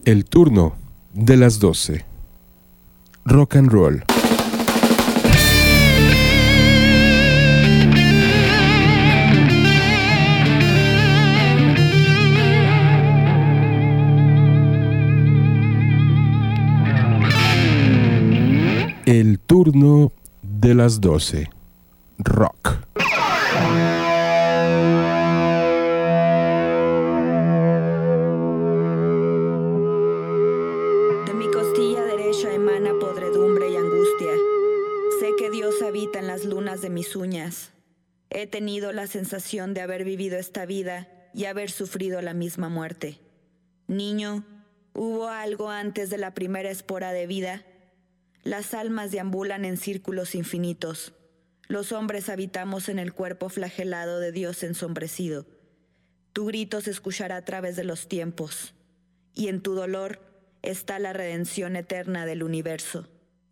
El turno de las 12. Rock and roll. El turno de las 12. Rock. De mi costilla derecha emana podredumbre y angustia. Sé que Dios habita en las lunas de mis uñas. He tenido la sensación de haber vivido esta vida y haber sufrido la misma muerte. Niño, ¿hubo algo antes de la primera espora de vida? Las almas deambulan en círculos infinitos. Los hombres habitamos en el cuerpo flagelado de Dios ensombrecido. Tu grito se escuchará a través de los tiempos, y en tu dolor está la redención eterna del universo.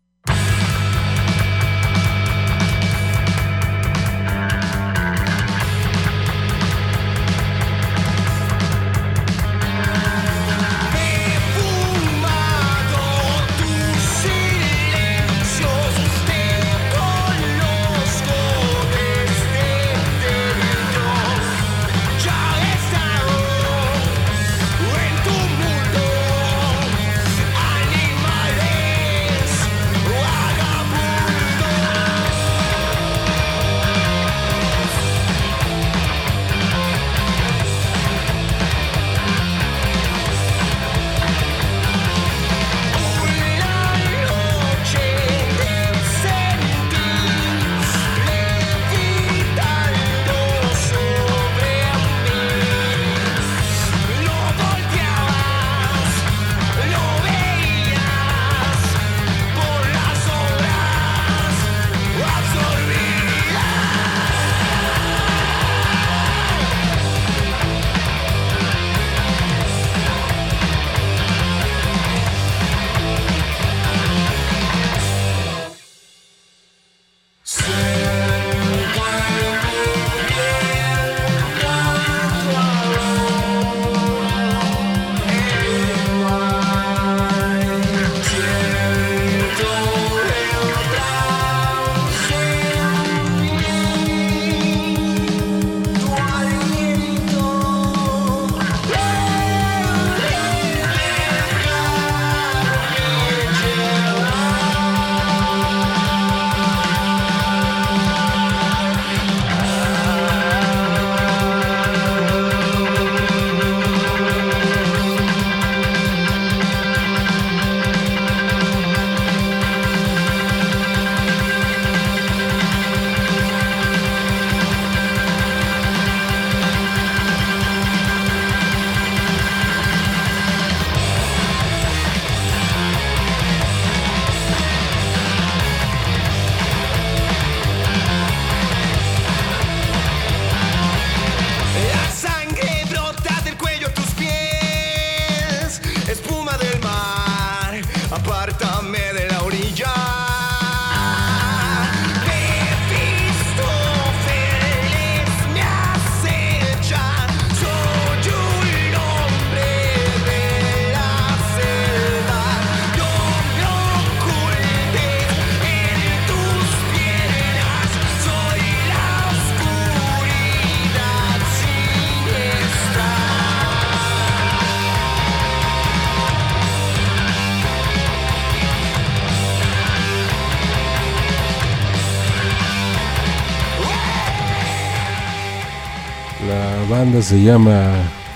La banda se llama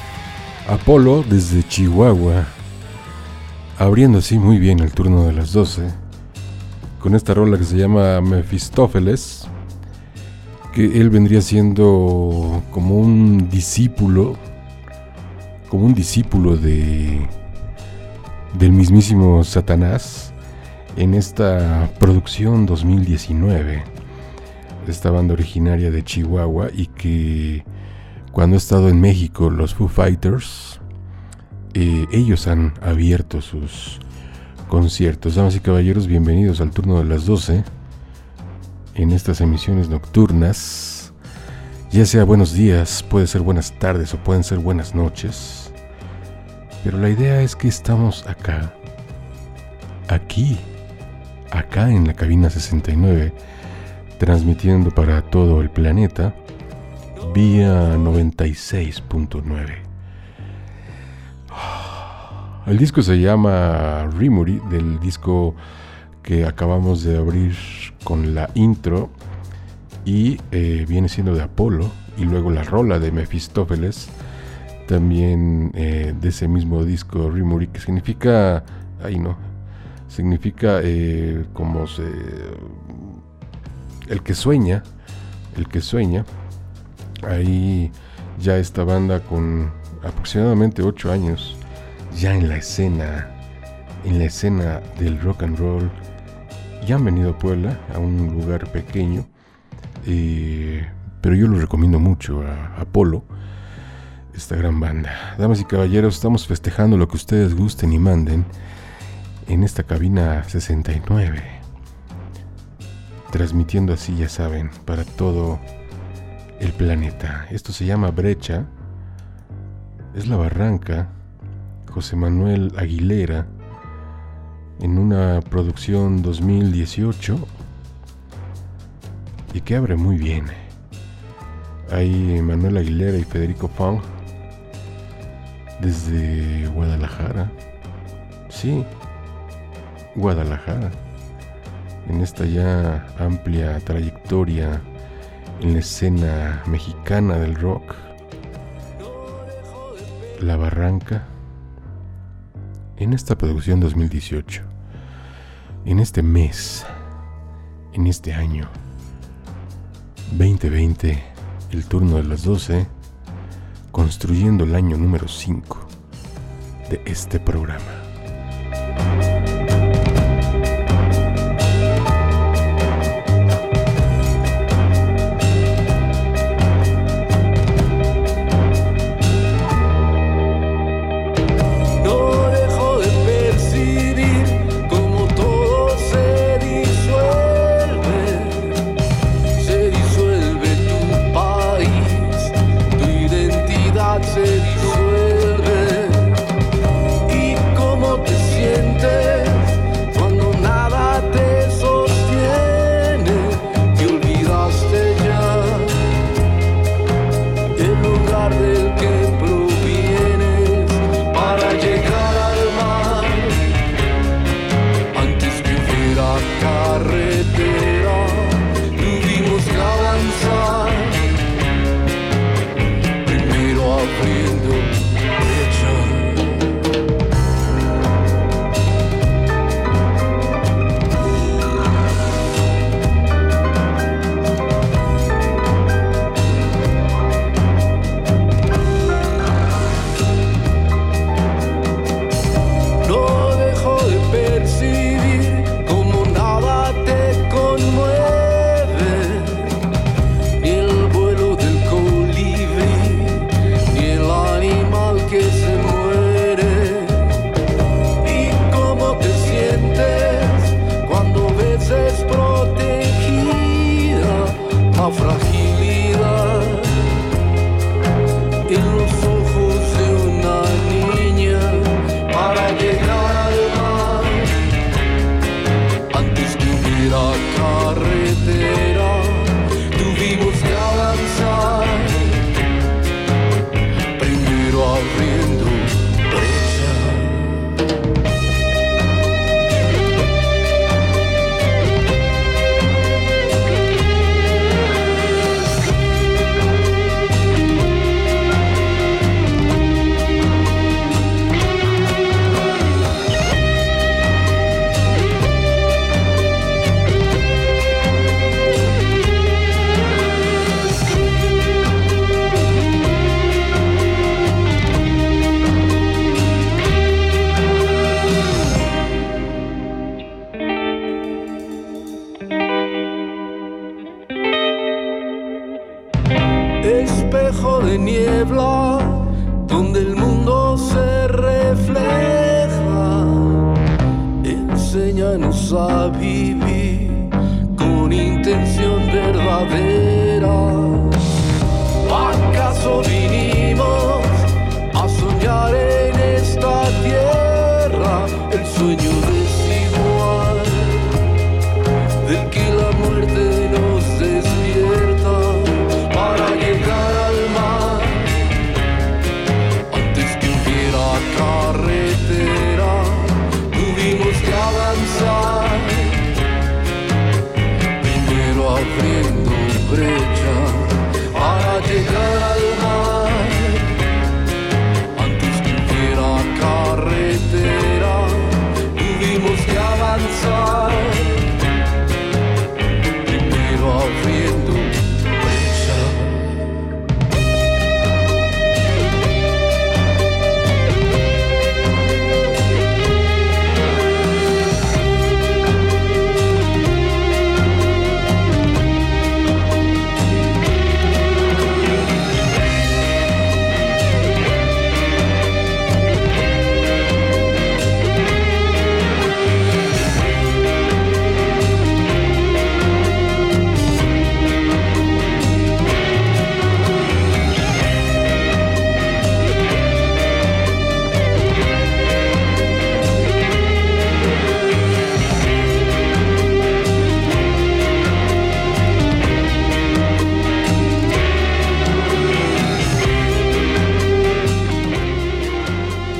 Apolo desde Chihuahua, abriendo así muy bien el turno de las 12 con esta rola que se llama Mefistófeles, que él vendría siendo como un discípulo del mismísimo Satanás en esta producción 2019 de esta banda originaria de Chihuahua, y que cuando ha estado en México los Foo Fighters, ellos han abierto sus conciertos. Damas y caballeros, bienvenidos al turno de las 12 en estas emisiones nocturnas. Ya sea buenos días, puede ser buenas tardes o pueden ser buenas noches. Pero la idea es que estamos acá en la cabina 69, transmitiendo para todo el planeta vía 96.9. El disco se llama Rimuri, del disco que acabamos de abrir con la intro, y viene siendo de Apolo, y luego la rola de Mefistófeles, también de ese mismo disco Rimuri, que significa, significa como el que sueña. Ahí ya esta banda con aproximadamente 8 años ya en la escena del rock and roll, ya han venido a Puebla, a un lugar pequeño, pero yo lo recomiendo mucho a Apolo, esta gran banda. Damas y caballeros, estamos festejando lo que ustedes gusten y manden en esta cabina 69, transmitiendo así, ya saben, para todo el planeta. Esto se llama Brecha, es La Barranca, José Manuel Aguilera, en una producción 2018, y que abre muy bien. Hay Manuel Aguilera y Federico Fong desde Guadalajara. Sí, Guadalajara, en esta ya amplia trayectoria en la escena mexicana del rock. La Barranca, en esta producción 2018, en este mes, en este año 2020, el turno de las 12, construyendo el año número 5 de este programa. Espejo de niebla donde el mundo se refleja, enséñanos a vivir con intención verdadera. ¿Acaso vinimos a soñar en esta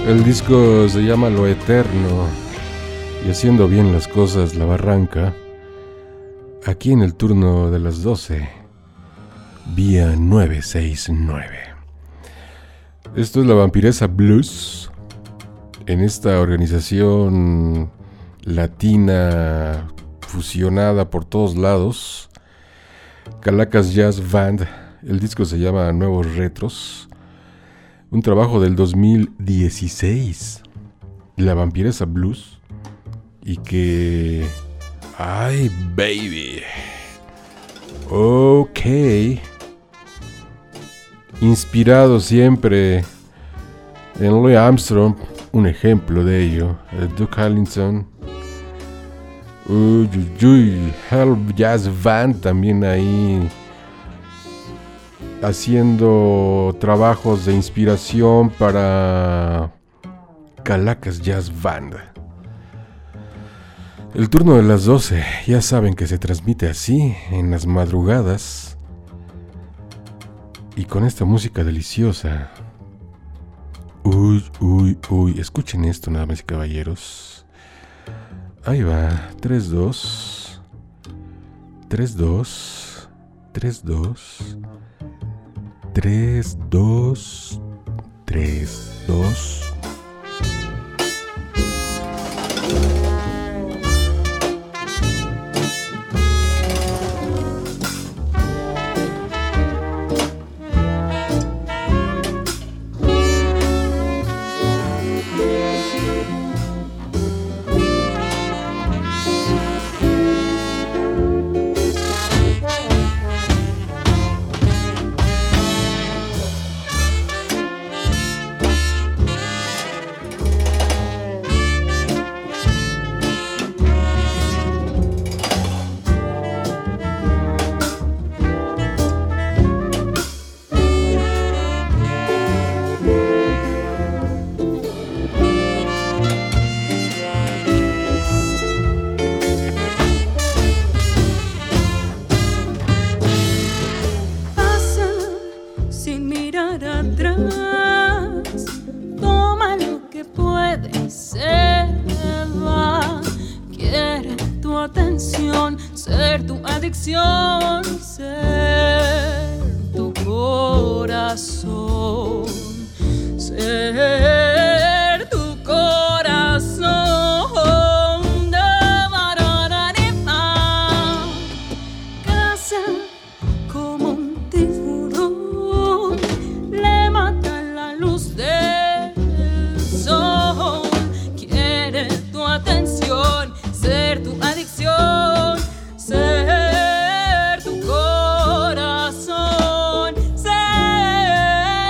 El disco se llama Lo Eterno y haciendo bien las cosas la barranca. Aquí en el turno de las 12, vía 969. Esto es La Vampiresa Blues. En esta organización latina fusionada por todos lados, Calacas Jazz Band. El disco se llama Nuevos Retros. Un trabajo del 2016, La Vampiresa Blues, y que... ¡ay, baby! Ok. Inspirado siempre en Louis Armstrong, un ejemplo de ello, el Duke Ellington, Hell Jazz Band también ahí haciendo trabajos de inspiración para Calacas Jazz Band. El turno de las 12, ya saben que se transmite así, en las madrugadas, y con esta música deliciosa. Uy, escuchen esto, damas y caballeros. Ahí va, 3-2, 3-2, 3-2, 3-2, 3-2. Ser tu corazón, ser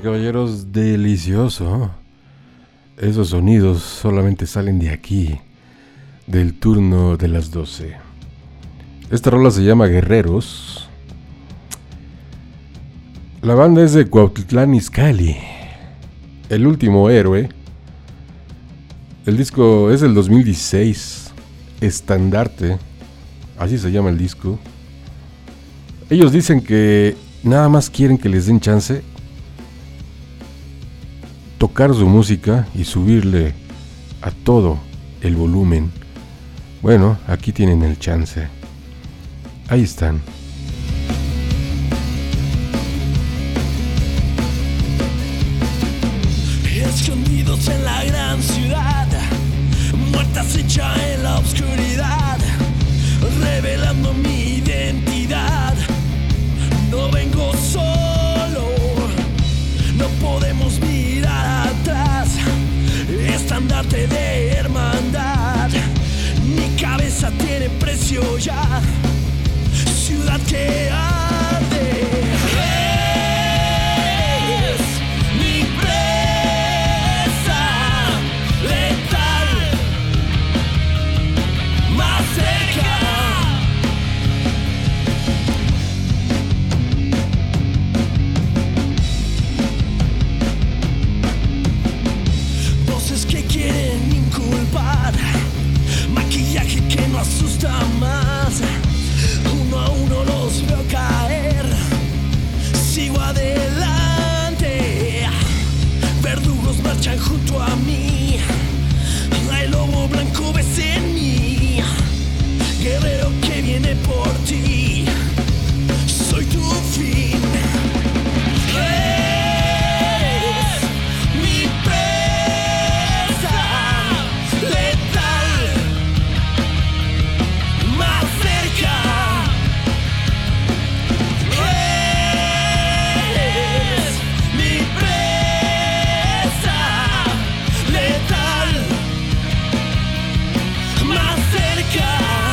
caballeros, delicioso. Esos sonidos solamente salen de aquí, del turno de las 12. Esta rola se llama Guerreros. La banda es de Cuautitlán Izcalli. El último héroe. El disco es del 2016. Estandarte. Así se llama el disco. Ellos dicen que nada más quieren que les den chance tocar su música y subirle a todo el volumen. Bueno, aquí tienen el chance. Ahí están. Escondidos en la gran ciudad, muertas hechas en la oscuridad, revelando mi identidad. No vengo solo, no podemos mirar atrás. Estandarte de hermandad, mi cabeza tiene precio ya. Ciudad que arde, es mi presa letal, más cerca. Voces que quieren inculpar, maquillaje que no asusta más. Uno a uno los veo caer, sigo adelante. Verdugos marchan junto a mí, el lobo blanco ves en mí. Guerrero que viene por ti, soy tu fin. Eres mi presa letal, más cerca. Eres mi presa letal, más cerca.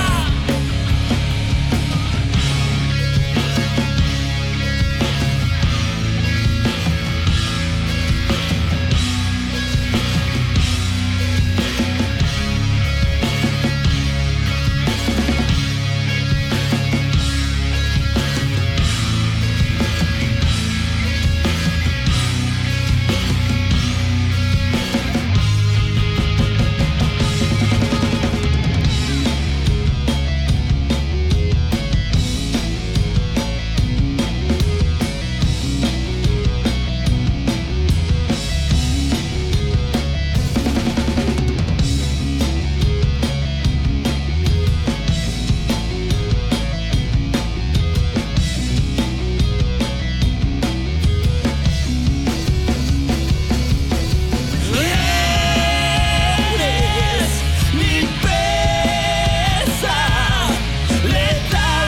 Eres mi presa letal,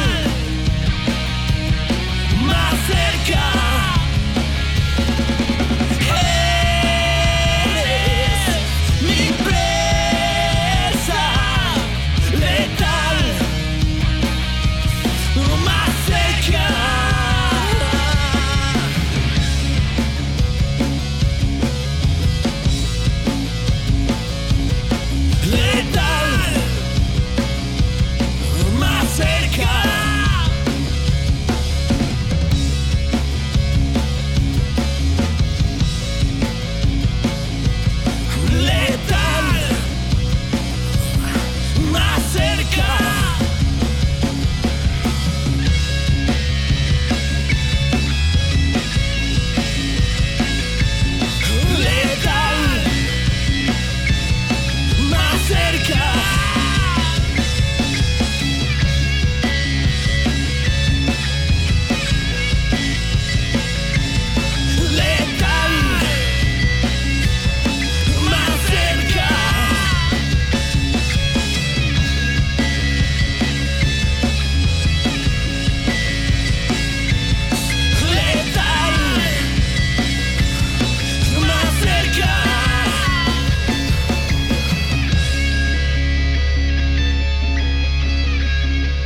más cerca. Eres mi presa letal, más cerca. Letal, más cerca. Letal, más cerca. Letal, más cerca. Letal, más cerca. Letal, más cerca.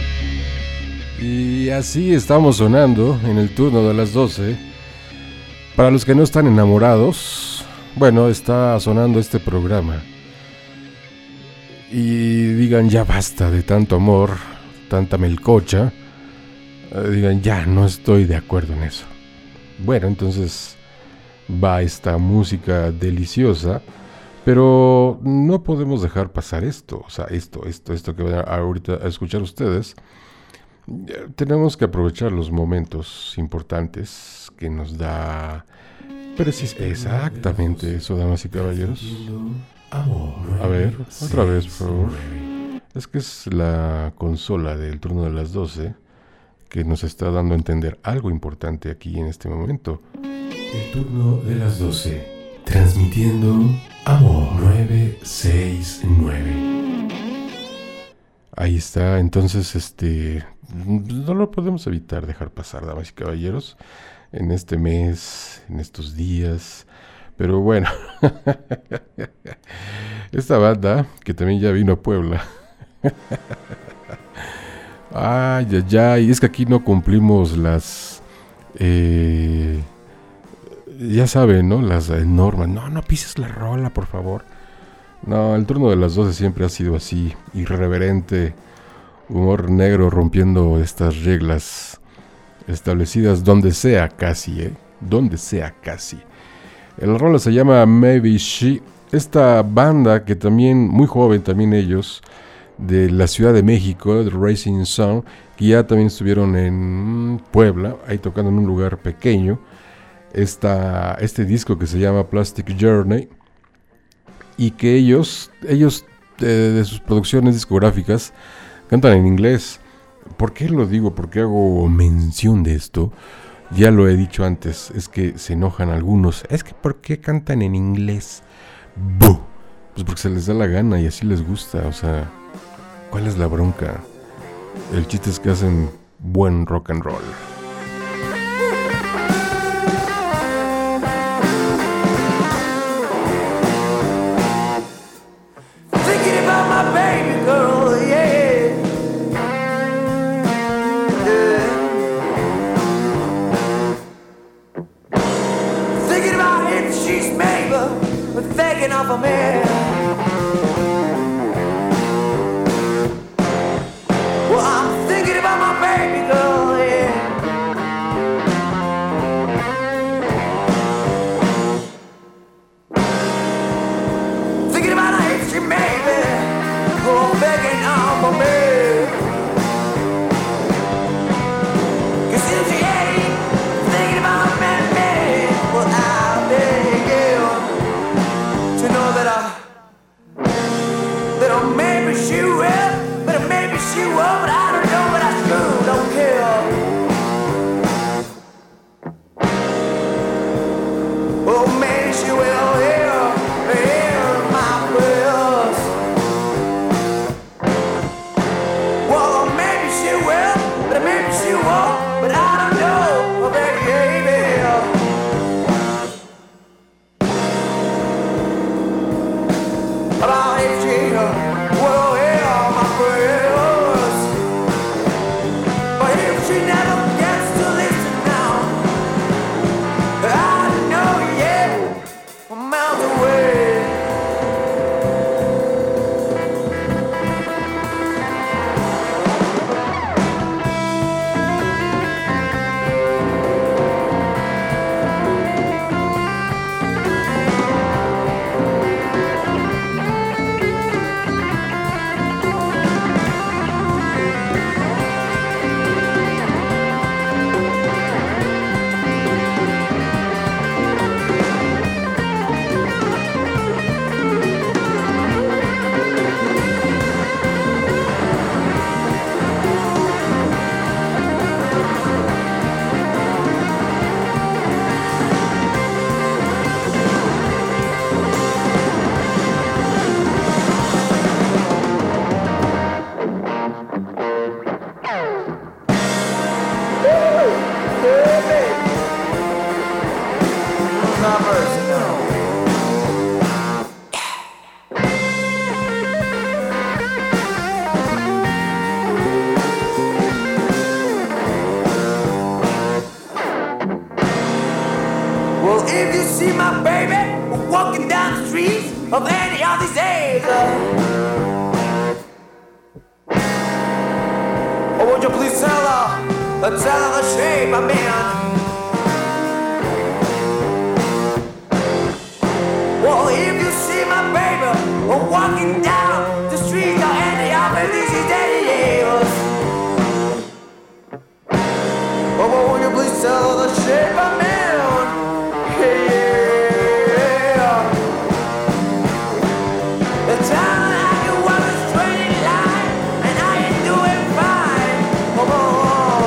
Y así estamos sonando en el turno de las 12. Para los que no están enamorados, bueno, está sonando este programa y digan ya basta de tanto amor, tanta melcocha, digan ya no estoy de acuerdo en eso. Bueno, entonces va esta música deliciosa, pero no podemos dejar pasar esto, o sea, esto que van ahorita a escuchar ustedes. Tenemos que aprovechar los momentos importantes que nos da exactamente eso, damas y caballeros. A ver, otra vez, por favor. Es que es la consola del turno de las 12 que nos está dando a entender algo importante aquí en este momento. El turno de las 12, transmitiendo Amor 969. Ahí está, entonces no lo podemos evitar dejar pasar, damas y caballeros, en este mes, en estos días. Pero bueno, esta banda que también ya vino a Puebla. Ay, es que aquí no cumplimos las, ya saben, ¿no? Las normas. No pises la rola, por favor. No, el turno de las 12 siempre ha sido así, irreverente, humor negro rompiendo estas reglas establecidas donde sea casi, donde sea casi. El rola se llama Maybe She. Esta banda que también, muy joven también ellos, de la Ciudad de México, The Racing Sun, que ya también estuvieron en Puebla, ahí tocando en un lugar pequeño. Este disco que se llama Plastic Journey, y que ellos de sus producciones discográficas cantan en inglés. ¿Por qué lo digo? ¿Por qué hago mención de esto? Ya lo he dicho antes, es que se enojan algunos. Es que ¿por qué cantan en inglés? ¡Buh! Pues porque se les da la gana y así les gusta. O sea, ¿cuál es la bronca? El chiste es que hacen buen rock and roll. Off of me. Well, I'm thinking about my baby girl, yeah. Thinking about her if she made me, oh, begging off of me. 'Cause if she ain't thinking about me, well, I'll beg you to know that maybe she will, but maybe she won't, but I don't know, but I sure don't care. Oh, maybe she will hear my prayers. Well, maybe she will, but maybe she won't, but I don't know, baby. About if she will hear my prayers, but if she never gets to listen now, I know, yeah, I'm miles away. of these days. Oh, won't you please tell her the shape I'm in? Well, if you see my baby walking down the street, I'll end it up in these days. Oh, but will you please tell her the shape I'm in? Yeah. The time I can walk a straight line, and I ain't doing fine. Oh.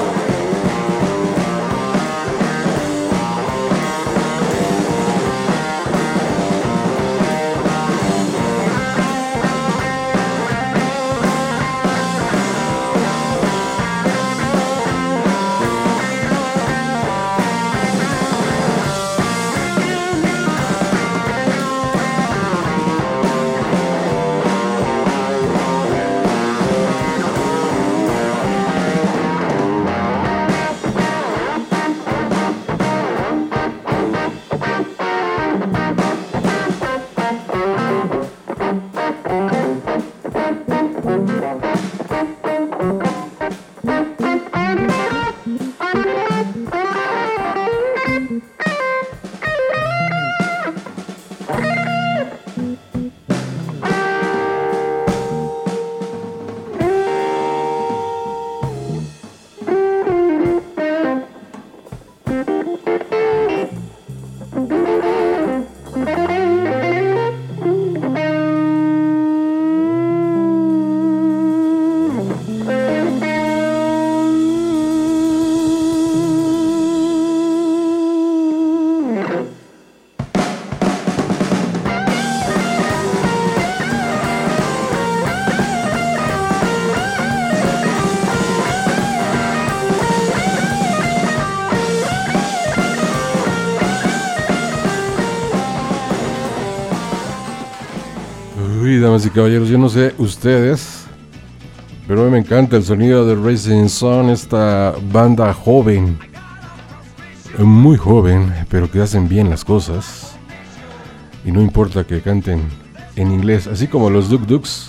Damas y caballeros, yo no sé ustedes, pero a mí me encanta el sonido de Rising Sun, esta banda joven, muy joven, pero que hacen bien las cosas, y no importa que canten en inglés, así como los Duk Duks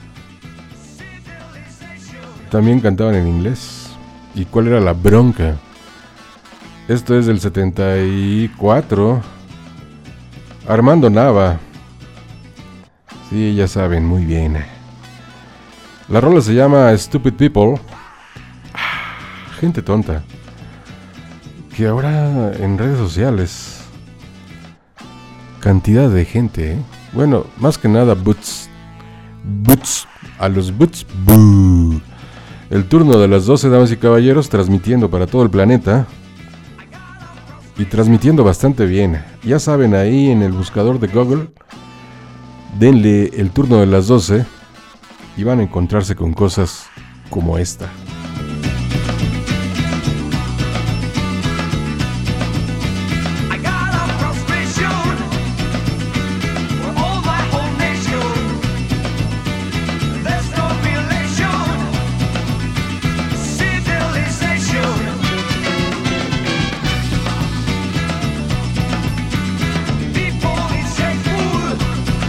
también cantaban en inglés. ¿Y cuál era la bronca? Esto es del 74, Armando Nava. Sí, ya saben, muy bien. La rola se llama Stupid People. Gente tonta. Que ahora en redes sociales, cantidad de gente, bueno, más que nada boots, a los boots, boo. El turno de las 12, damas y caballeros, transmitiendo para todo el planeta. Y transmitiendo bastante bien. Ya saben, ahí en el buscador de Google, denle el turno de las 12 y van a encontrarse con cosas como esta.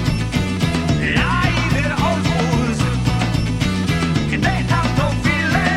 They have no feeling.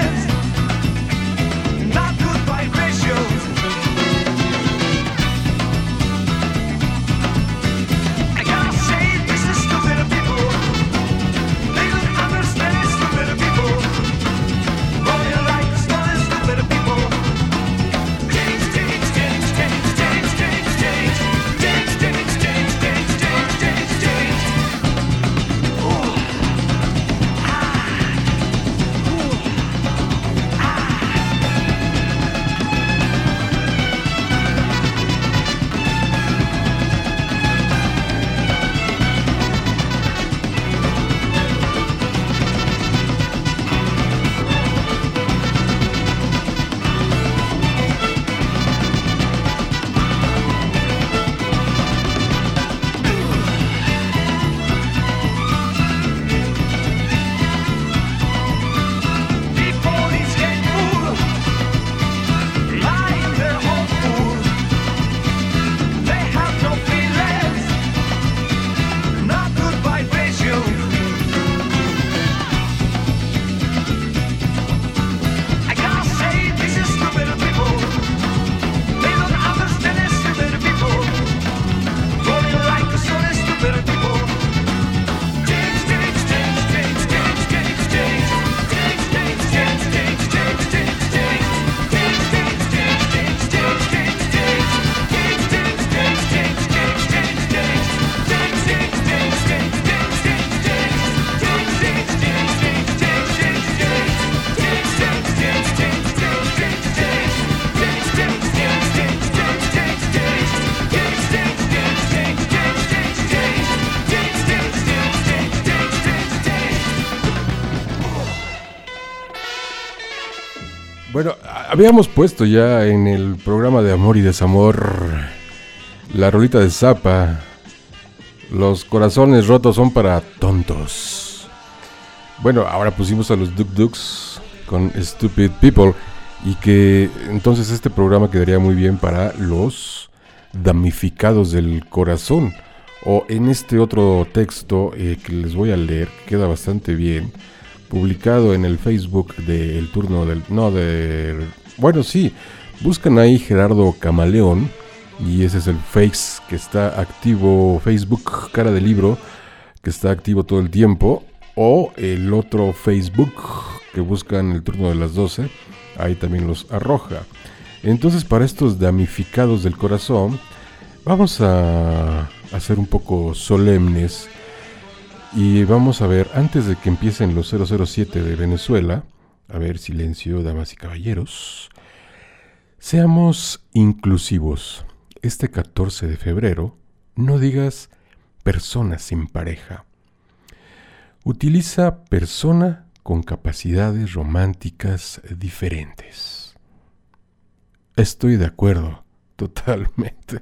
Bueno, habíamos puesto ya en el programa de Amor y Desamor la rolita de Zappa. Los corazones rotos son para tontos. Bueno, ahora pusimos a los Duk Duks con Stupid People. Y que entonces este programa quedaría muy bien para los damnificados del corazón. O en este otro texto que les voy a leer, que queda bastante bien, publicado en el Facebook del turno del... No, de... Bueno, sí, buscan ahí Gerardo Camaleón. Y ese es el Face que está activo, Facebook, cara de libro, que está activo todo el tiempo. O el otro Facebook que buscan el turno de las 12, ahí también los arroja. Entonces, para estos damnificados del corazón, vamos a ser un poco solemnes. Y vamos a ver, antes de que empiecen los 007 de Venezuela, a ver, silencio, damas y caballeros, seamos inclusivos. Este 14 de febrero, no digas personas sin pareja. Utiliza persona con capacidades románticas diferentes. Estoy de acuerdo, totalmente.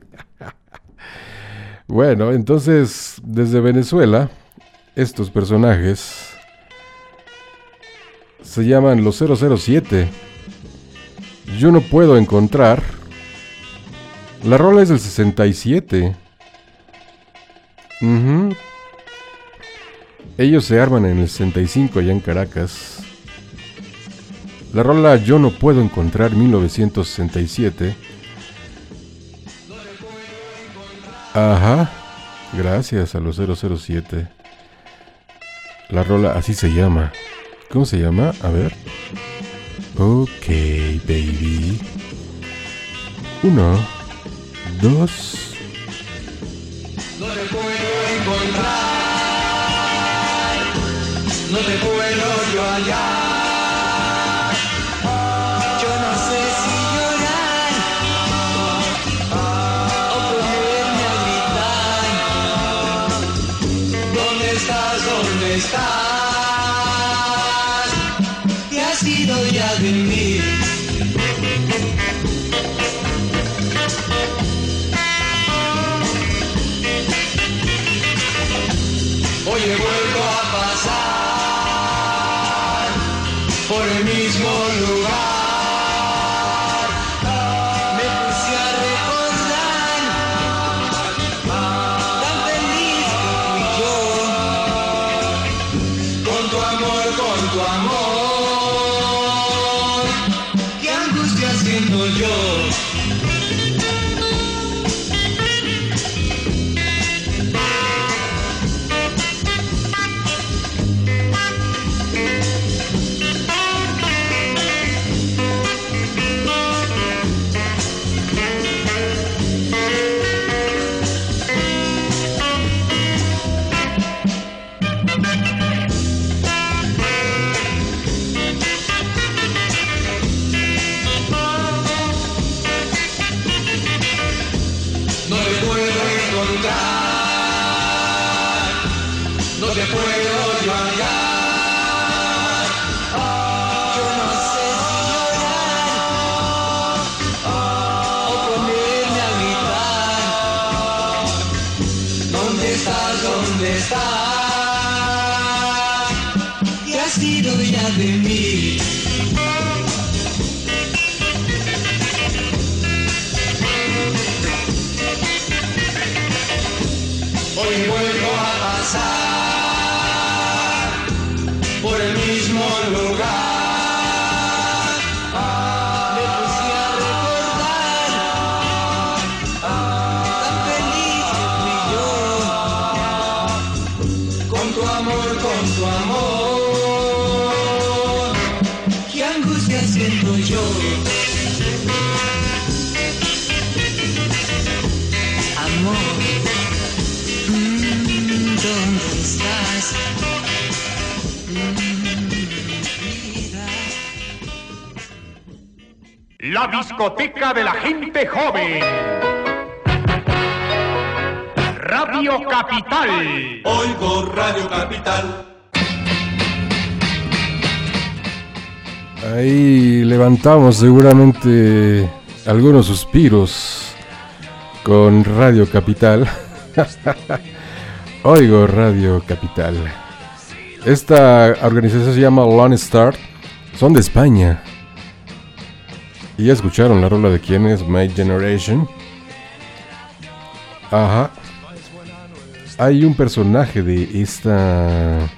Bueno, entonces, desde Venezuela, estos personajes se llaman los 007. Yo no puedo encontrar... La rola es del 67. Ellos se arman en el 65 allá en Caracas. La rola Yo no puedo encontrar, 1967. Ajá, gracias a los 007. La rola así se llama. ¿Cómo se llama? A ver. Ok, baby. 1, 2. No te puedo encontrar, no te puedo yo hallar. Yo no sé si llorar o ponerme a gritar. ¿Dónde estás? ¿Dónde estás? ¿Qué has sido ya de mí? Hoy he vuelto a pasar por el mismo lugar. Me puse a recordar tan feliz que fui yo. Con tu amor, qué angustia siento yo. De mí. Hoy vuelvo a pasar por el mismo lugar. Me puse a recordar tan feliz que fui yo. Con tu amor, siento yo. Amor, ¿dónde estás? Vida. La discoteca de la gente joven. Radio Capital. Oigo Radio Capital. Ahí levantamos seguramente algunos suspiros con Radio Capital. Oigo Radio Capital. Esta organización se llama Lone Star. Son de España. Y ya escucharon la rola de quién es, My Generation. Ajá. Hay un personaje de esta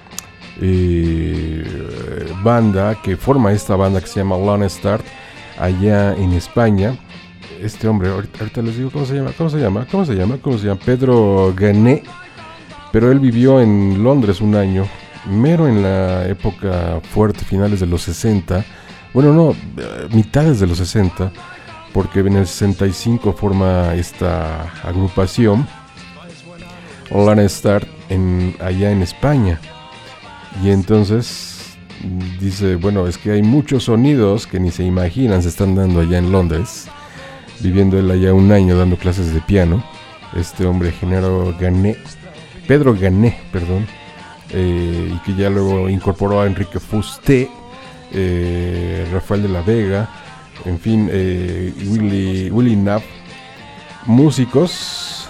banda que forma esta banda que se llama Lone Star allá en España. Este hombre, ahorita les digo cómo se llama, Pedro Gané, pero él vivió en Londres un año, mero en la época fuerte, finales de los 60, bueno no, mitades de los 60, porque en el 65 forma esta agrupación, Lone Star, allá en España, y entonces dice, bueno, es que hay muchos sonidos que ni se imaginan se están dando allá en Londres, viviendo él allá un año dando clases de piano, este hombre Pedro Gané, y que ya luego incorporó a Enrique Fusté, Rafael de la Vega, en fin, Willy Knapp, músicos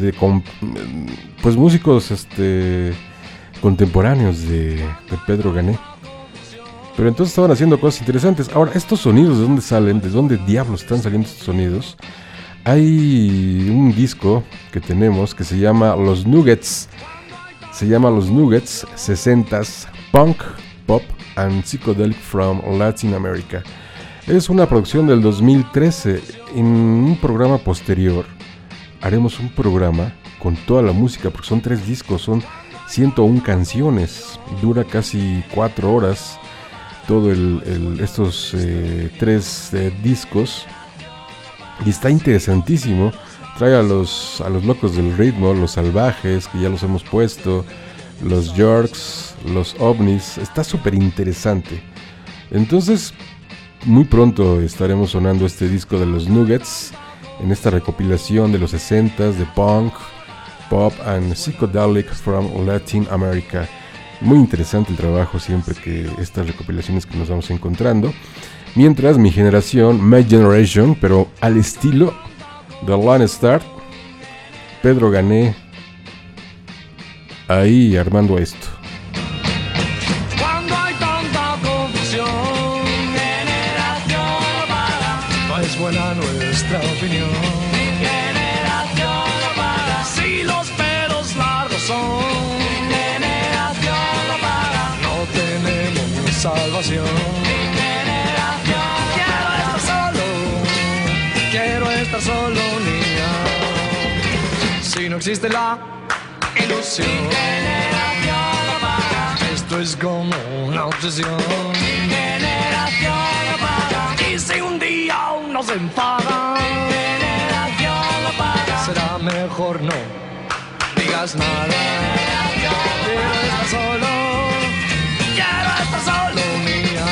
contemporáneos de Pedro Gané. Pero entonces estaban haciendo cosas interesantes. Ahora, estos sonidos, ¿de dónde salen? ¿De dónde diablos están saliendo estos sonidos? Hay un disco que tenemos que se llama Los Nuggets. Se llama Los Nuggets 60s Punk, Pop and Psychedelic from Latin America. Es una producción del 2013. En un programa posterior haremos un programa con toda la música, porque son 3 discos, son 101 canciones. Dura casi 4 horas. Todo estos 3 discos, y está interesantísimo. Trae a los locos del ritmo, los salvajes, que ya los hemos puesto, los Yorks, los ovnis. Está súper interesante. Entonces, muy pronto estaremos sonando este disco de los Nuggets en esta recopilación de los 60s de punk, pop and psychedelic from Latin America. Muy interesante el trabajo siempre que estas recopilaciones que nos vamos encontrando. Mientras mi generación, My Generation, pero al estilo de Lone Star, Pedro Gané, ahí armando esto. Cuando hay tanta confusión, generación para. No es buena nuestra opinión. Generación para. Si los pelos largos son. Salvación. Quiero estar solo, niña. Si no existe la ilusión, esto es como una obsesión. Y si un día uno se enfada, será mejor no digas nada. Quiero estar solo. Solo mía.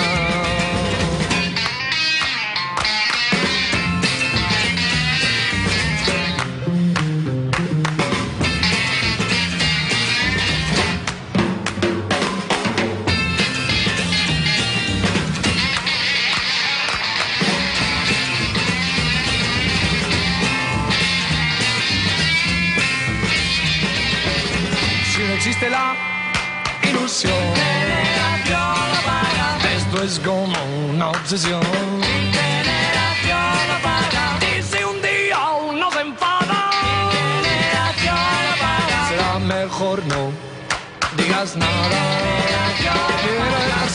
Si no existe la ilusión, esto es como una obsesión. Generación apaga. Y si un día uno se enfada, generación apaga, será mejor no digas nada. Quiero estar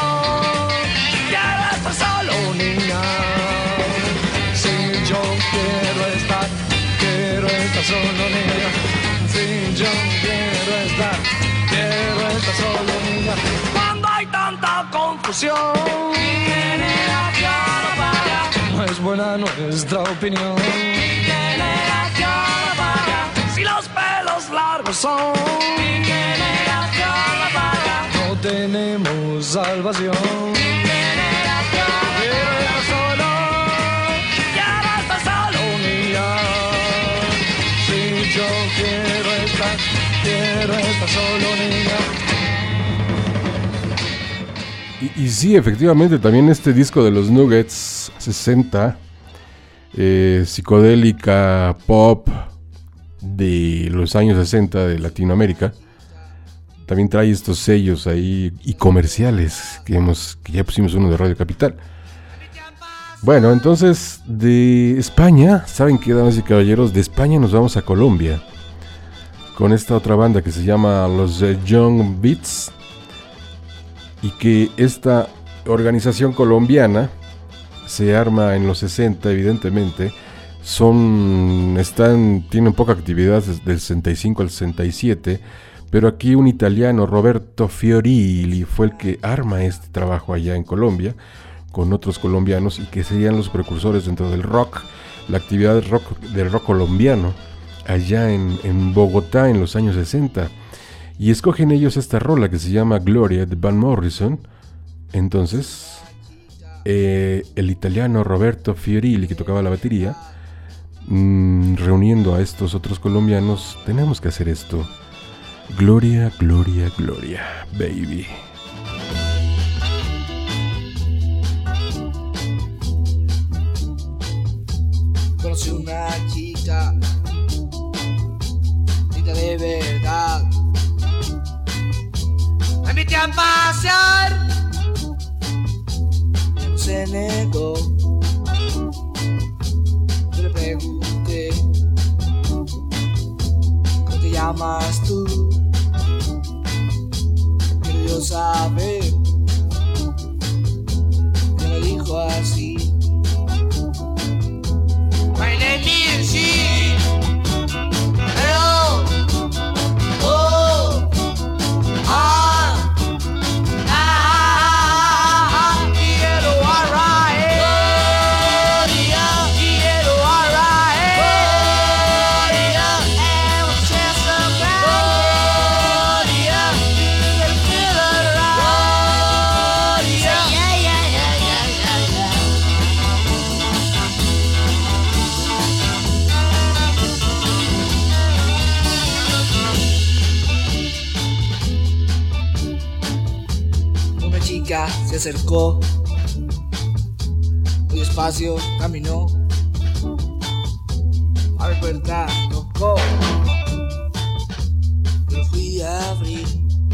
solo, niña. Si yo quiero estar solo, niña. Si yo quiero estar solo, niña. Cuando hay tanta confusión, generación apaga. No es buena nuestra opinión. Generación apaga. Si los pelos largos son, generación apaga. No tenemos salvación. Quiero estar solo, niña. Si yo quiero estar solo, niña. Y sí, efectivamente, también este disco de los Nuggets 60, psicodélica pop de los años 60 de Latinoamérica, también trae estos sellos ahí y comerciales que ya pusimos uno de Radio Capital. Bueno, entonces de España, ¿saben qué, damas y caballeros? De España nos vamos a Colombia con esta otra banda que se llama los Young Beats, y que esta organización colombiana se arma en los 60, evidentemente. Tienen poca actividad desde el 65 al 67, pero aquí un italiano, Roberto Fiorilli, fue el que arma este trabajo allá en Colombia, con otros colombianos, y que serían los precursores dentro del rock, la actividad del rock colombiano, allá en Bogotá en los años 60. Y escogen ellos esta rola que se llama Gloria de Van Morrison. Entonces, el italiano Roberto Fiorilli, que tocaba la batería, reuniendo a estos otros colombianos, tenemos que hacer esto. Gloria, gloria, gloria, baby. Conocí una chica, linda de verdad. Me invité a pasear, no se negó. Yo le pregunté, ¿cómo te llamas tú? Quiero yo saber. Ella me dijo así: My name is she. Hello. Oh. Ah. Se acercó, muy despacio caminó, a la puerta tocó, yo fui a abrir.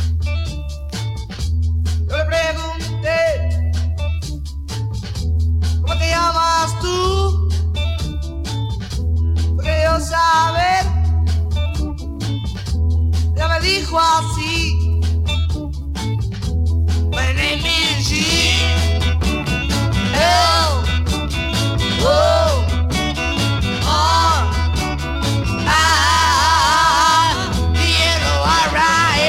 Yo le pregunté, ¿cómo te llamas tú? Porque yo saber. Ella me dijo así: My name is she. L O R I D-L-O-R-I.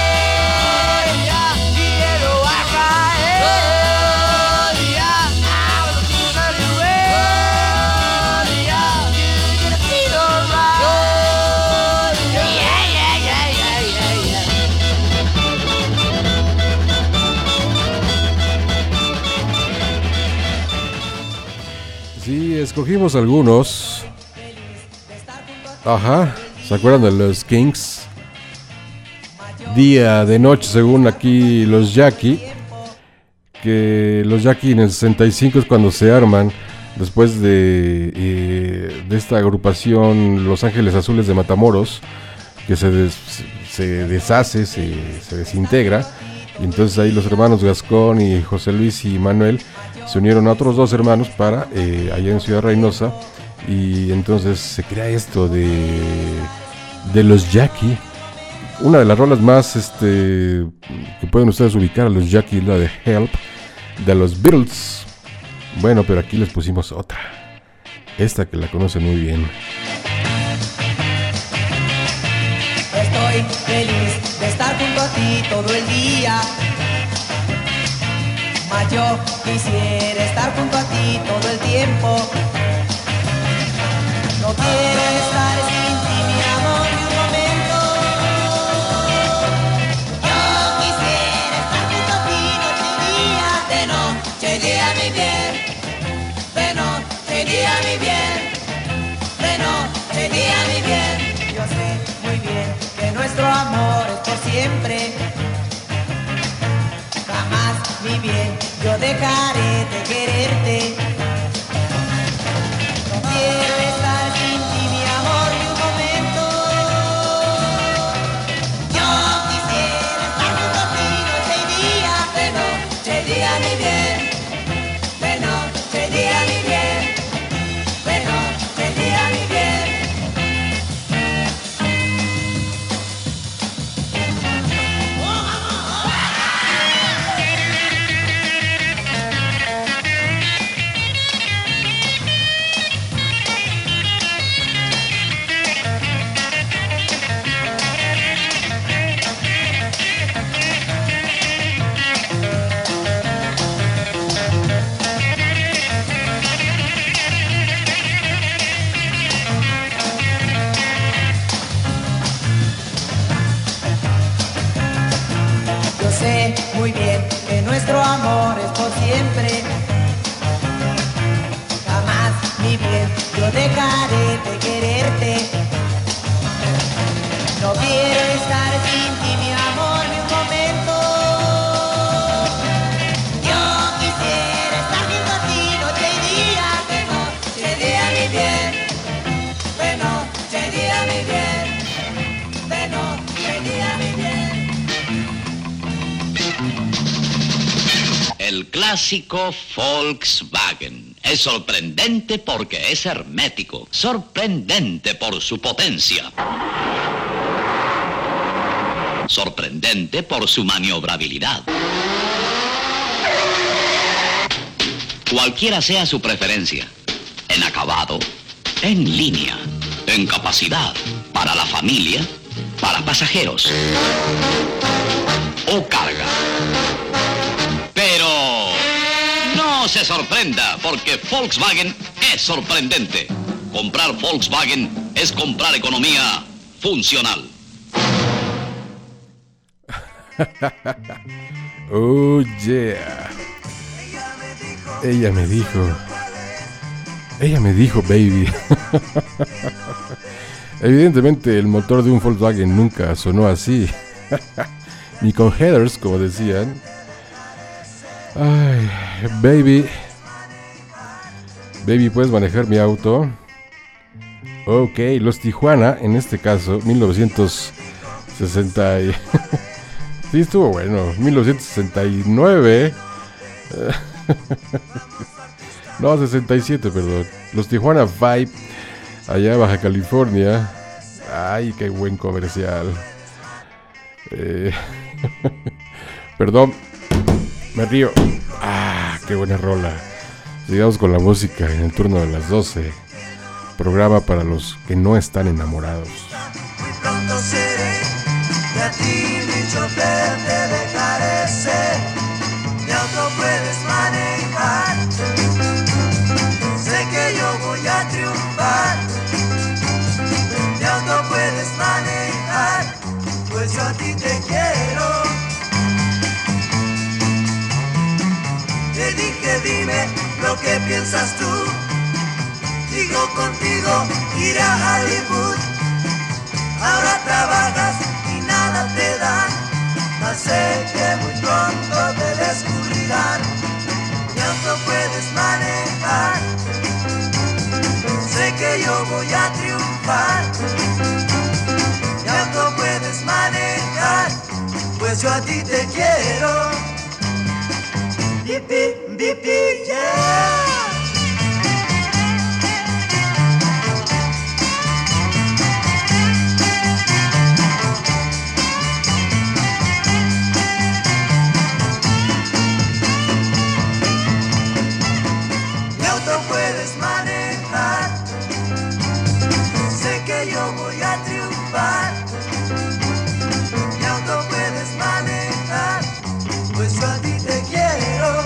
Escogimos algunos. Ajá, ¿se acuerdan de los Kings? Día de noche, según aquí los Jackie. Que los Jackie en el 65 es cuando se arman, después de esta agrupación Los Ángeles Azules de Matamoros, que se deshace, se desintegra. Y entonces ahí los hermanos Gascón y José Luis y Manuel se unieron a otros dos hermanos para allá en Ciudad Reynosa, y entonces se crea esto de los Jackie. Una de las rolas más que pueden ustedes ubicar a los Jackie, la de Help de los Beatles. Bueno, pero aquí les pusimos otra, esta que la conocen muy bien. Estoy feliz de estar junto a ti todo el día, mas yo quisiera estar junto a ti todo el tiempo. No quiero estar sin ti, mi amor, ni un momento. Yo quisiera estar junto a ti noche y día, de noche y día, mi bien, de noche y día, mi bien, de noche y día, mi bien. Yo sé muy bien que nuestro amor es por siempre, jamás mi bien sé muy bien que nuestro amor es por siempre. Jamás, mi bien, yo dejaré de quererte. No quiero estar sin ti, mi amor, ni un momento. Yo quisiera estar junto a ti noche y día. De noche y día, mi bien. De noche y día, mi bien. De noche y día, mi bien. El clásico Volkswagen es sorprendente porque es hermético, sorprendente por su potencia, sorprendente por su maniobrabilidad. Cualquiera sea su preferencia, en acabado, en línea, en capacidad, para la familia, para pasajeros o carga. Pero no se sorprenda, porque Volkswagen es sorprendente. Comprar Volkswagen es comprar economía funcional. Oh yeah. Ella me dijo, baby. Evidentemente el motor de un Volkswagen nunca sonó así. Ni con headers, como decían. Ay, baby, ¿puedes manejar mi auto? Ok, los Tijuana, en este caso, 1960. Sí, estuvo bueno, 1969. No, 67, perdón. Los Tijuana Vibe, allá en Baja California. Ay, qué buen comercial. Perdón. Me río. Ah, qué buena rola. Sigamos con la música en el turno de las 12. Programa para los que no están enamorados. Muy pronto seré de a ti mi chofer, te dejaré ser. Mi auto puedes manejar. Sé que yo voy a triunfar. Mi auto puedes manejar, pues yo a ti te quiero. Te dije, dime lo que piensas tú. Digo, contigo iré a Hollywood. Ahora trabajas y nada te dan, mas sé que muy pronto te descubrirán. Mi auto puedes manejar. Sé que yo voy a triunfar. Mi auto puedes manejar, pues yo a ti te quiero. Bipi, bipi, yeah. Mi auto puedes manejar. Sé que yo voy a triunfar. Mi auto puedes manejar, pues yo a ti te quiero.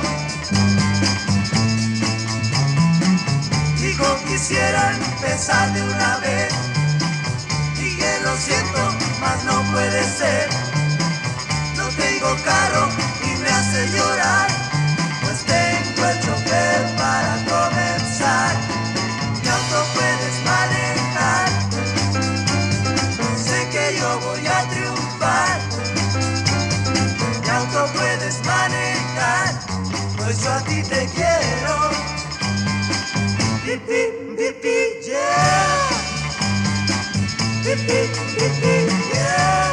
Digo, quisiera empezar de una vez. Dije, lo siento, mas no puede ser. No tengo carro y me hace llorar, pues tengo el chofer para comenzar. Mi auto puedes manejar. Sé que yo voy a triunfar. Mi auto puedes manejar, pues yo a ti te quiero. Bipi, bipi, yeah. Bipi, bipi, yeah.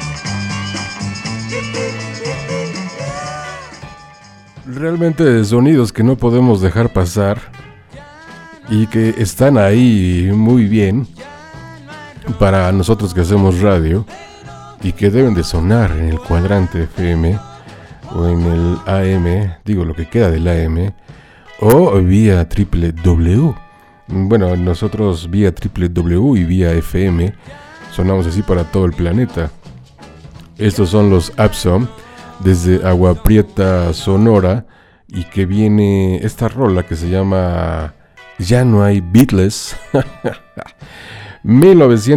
Bipi, bipi, yeah. Realmente sonidos que no podemos dejar pasar y que están ahí muy bien para nosotros que hacemos radio y que deben de sonar en el cuadrante FM o en el AM, digo lo que queda del AM, o vía www. Bueno, nosotros vía www y vía FM sonamos así para todo el planeta. Estos son los Absom desde Agua Prieta, Sonora, y que viene esta rola que se llama Ya no hay Beatles.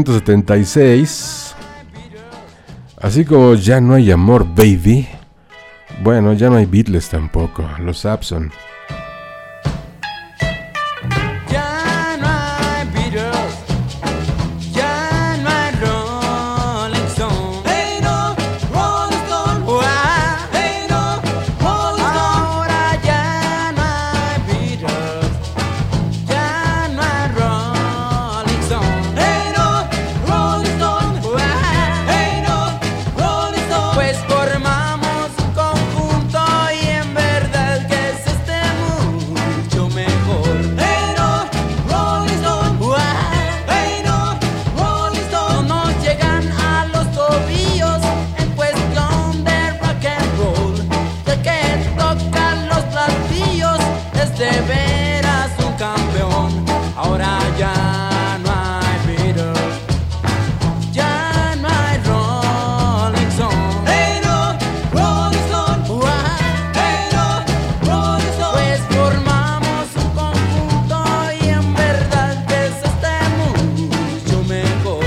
1976. Así como Ya no hay amor, baby. Bueno, ya no hay Beatles tampoco, los Saxon. Ya no hay Beatles, ya no hay Rolling Stone. Hey no, Rolling Stone. Hey no, Rolling Stone. Ahora ya no hay Beatles, ya no hay Rolling Stone. Hey no, Rolling Stone. Hey no, Rolling Stone. Pues formamos un conjunto y en verdad que es este mucho mejor. Hey no, Rolling Stone. Hey no, Rolling Stone. No nos llegan a los tobillos en cuestión de rock and roll. De que tocan los platillos es de veras un campeón. Ahora ya no hay Beatles, ya no hay Rolling Stone. Hey no, Rolling Stone. Hey no, Rolling Stone. Pues formamos un conjunto y en verdad que es este mucho mejor.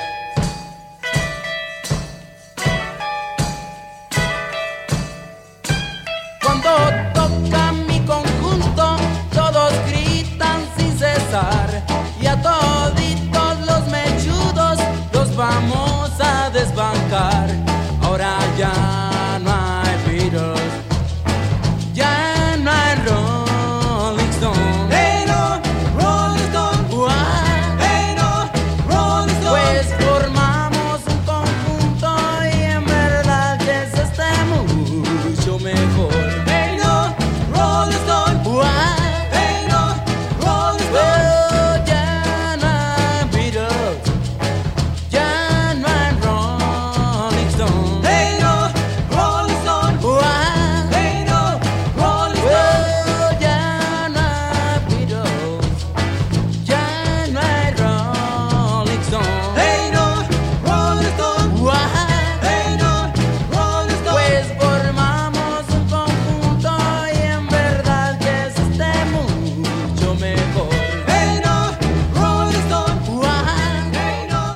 Cuando toca mi conjunto, todos gritan sin cesar. Y a toditos los mechudos los vamos a desbancar. Ahora ya no hay Beatles, ya no hay Rolling Stone. Hey no, Rolling Stone. Hey no, Rolling Stone. Pues formamos un conjunto y en verdad que es este mucho mejor. Hey no, Rolling Stone. Hey no, Rolling Stone. Oh, ya no hay Beatles, ya no hay Rolling Stone. Hey no, Rolling Stone. Hey no, Rolling Stone. Oh, ya no hay Beatles, ya no hay Rolling Stone. Hey no, Rolling Stone. Hey no, Rolling Stone. Pues formamos un conjunto y en verdad que es este mucho mejor. Hey no, Rolling Stone. Hey no.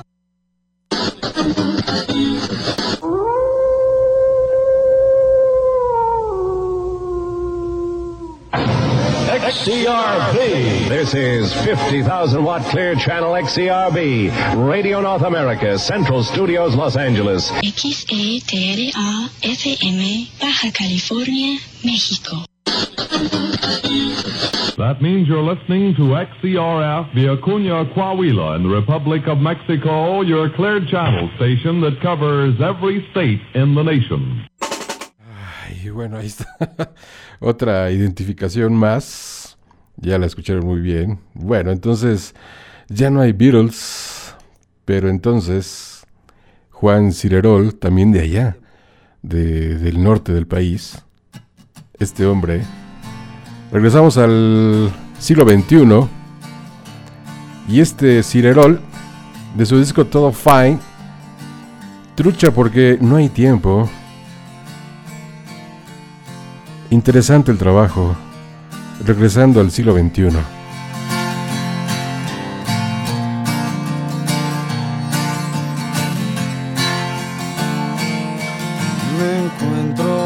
XCRB. This is 50,000 watt clear channel XCRB. Radio North America, Central Studios, Los Angeles. XETRA FM, Baja California, México. That means you're listening to XCRF, the Acuña Coahuila in the Republic of Mexico, your cleared channel station that covers every state in the nation. Y bueno, ahí está otra identificación más. Ya la escucharon muy bien. Bueno, entonces ya no hay Beatles, pero entonces Juan Cirerol, también de allá, del norte del país, este hombre. Regresamos al siglo XXI y este Cirerol, de su disco Todo Fine, trucha porque no hay tiempo. Interesante el trabajo, regresando al siglo XXI. Me encuentro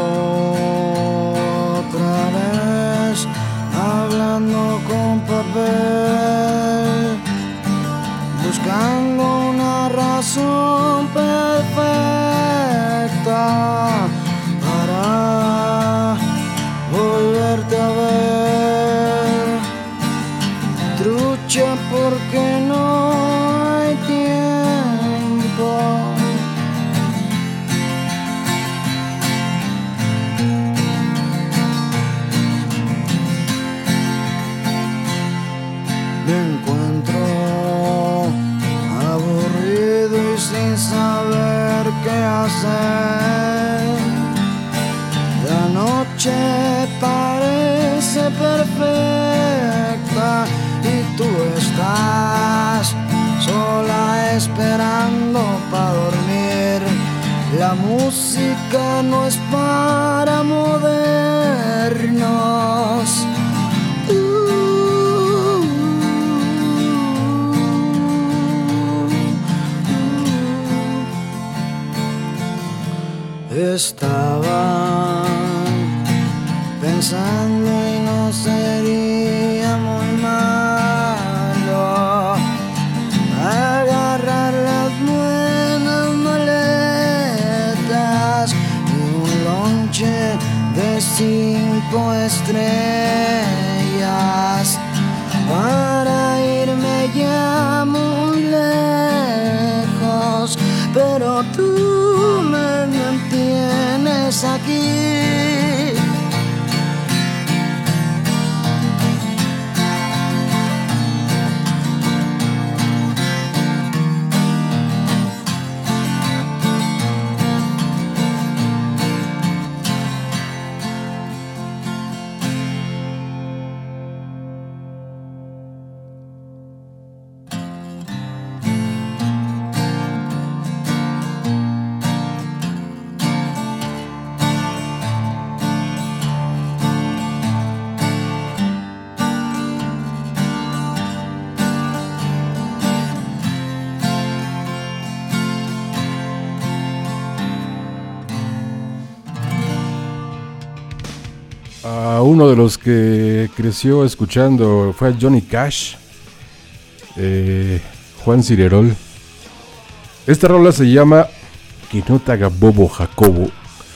otra vez hablando con papel, buscando una razón perfecta para volverte a ver. Trucha porque no hay tiempo. Me encuentro aburrido y sin saber qué hacer. La noche parece perfecta y tú estás sola esperando para dormir. La música no es para modernos. Estaba pensando y no sería muy malo agarrar las buenas maletas y un lonche de 5 estrellas para irme ya muy lejos, pero tú me mantienes aquí. Uno de los que creció escuchando fue a Johnny Cash, Juan Cirerol. Esta rola se llama Que no te haga bobo Jacobo,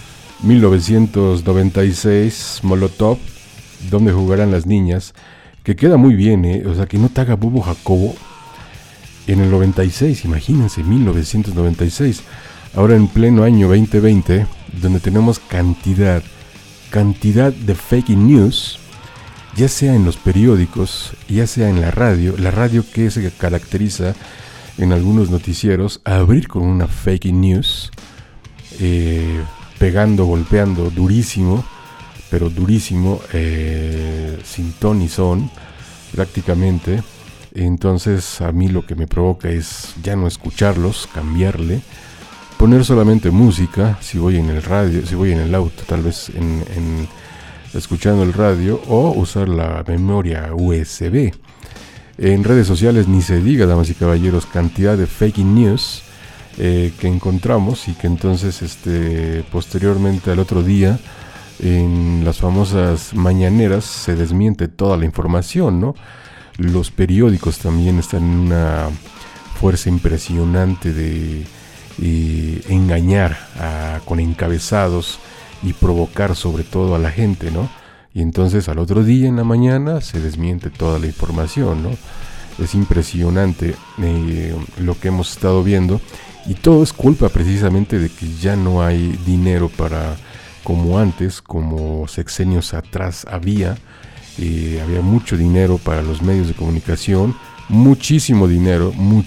1996, Molotov, donde jugarán las niñas, que queda muy bien, o sea, Que no te haga bobo Jacobo, en el 96, imagínense, 1996, ahora en pleno año 2020, donde tenemos cantidad de fake news, ya sea en los periódicos, ya sea en la radio que se caracteriza en algunos noticieros a abrir con una fake news, pegando, golpeando durísimo, pero durísimo, sin ton ni son, prácticamente. Entonces a mí lo que me provoca es ya no escucharlos, cambiarle, poner solamente música, si voy en el radio, si voy en el auto, tal vez escuchando el radio, o usar la memoria USB. En redes sociales ni se diga, damas y caballeros, cantidad de fake news que encontramos, y que entonces posteriormente al otro día en las famosas mañaneras se desmiente toda la información, ¿no? Los periódicos también están en una fuerza impresionante de engañar con encabezados y provocar sobre todo a la gente, ¿no? Y entonces al otro día en la mañana se desmiente toda la información, ¿no? Es impresionante lo que hemos estado viendo, y todo es culpa precisamente de que ya no hay dinero para, como antes, como sexenios atrás había mucho dinero para los medios de comunicación, muchísimo dinero,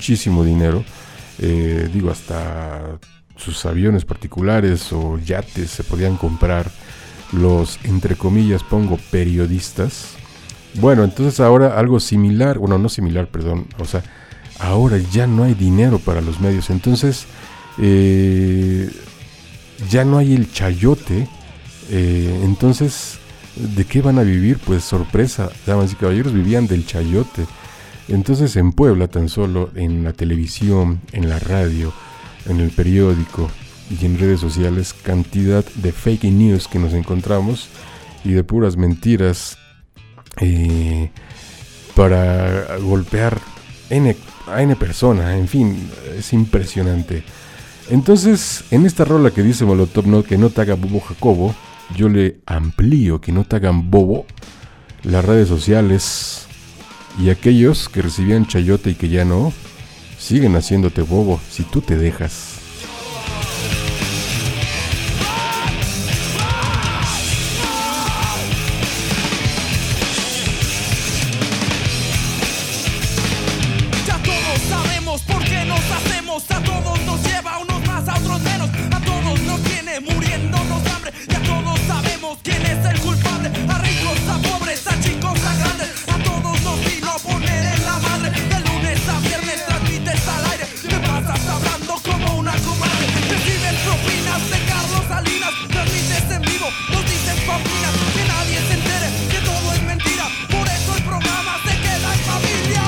hasta sus aviones particulares o yates se podían comprar los, entre comillas, pongo, periodistas. Bueno, entonces ahora algo similar, bueno, no similar, perdón, o sea, ahora ya no hay dinero para los medios, entonces ya no hay el chayote, entonces, ¿de qué van a vivir? Pues sorpresa, damas y caballeros, vivían del chayote. Entonces en Puebla, tan solo en la televisión, en la radio, en el periódico y en redes sociales, cantidad de fake news que nos encontramos, y de puras mentiras para golpear a N persona, en fin, es impresionante. Entonces, en esta rola que dice Molotov, ¿no? Que no te haga bobo Jacobo, yo le amplío, que no te hagan bobo las redes sociales. Y aquellos que recibían chayote y que ya no, siguen haciéndote bobo si tú te dejas. Ya todos sabemos por qué nos hacemos, a todos nos lleva, a unos más, a otros menos, a todos nos tiene muriéndonos de hambre, ya todos sabemos quién es el culpable, a ricos, a pobres, a chicos, a grandes, a todos nos vino a poner en la madre, de lunes a viernes transmites al aire, te pasas hablando como una comadre, recibes propinas de Carlos Salinas, transmites en vivo, nos dices pamplinas, que nadie se entere, que todo es mentira, por eso el programa se queda en familia.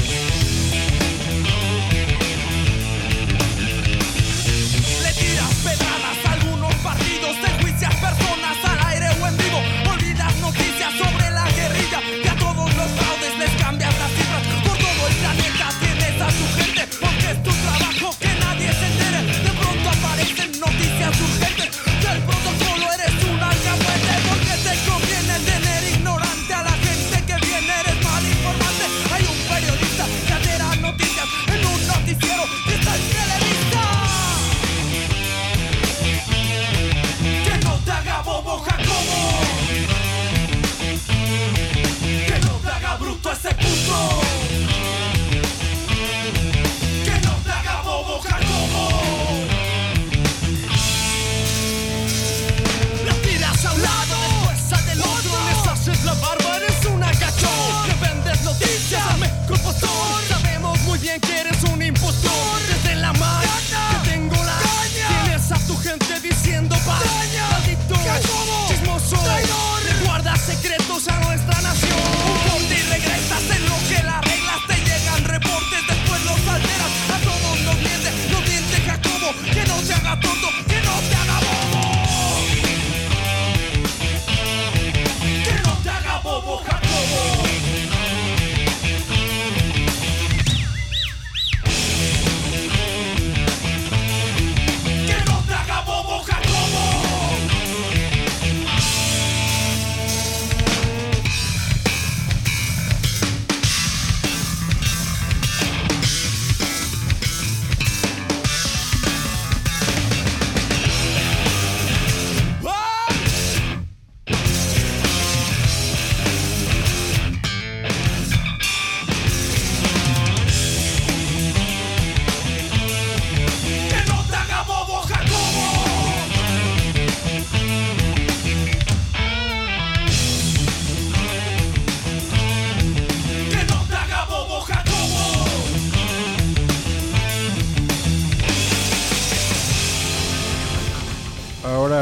Le tiras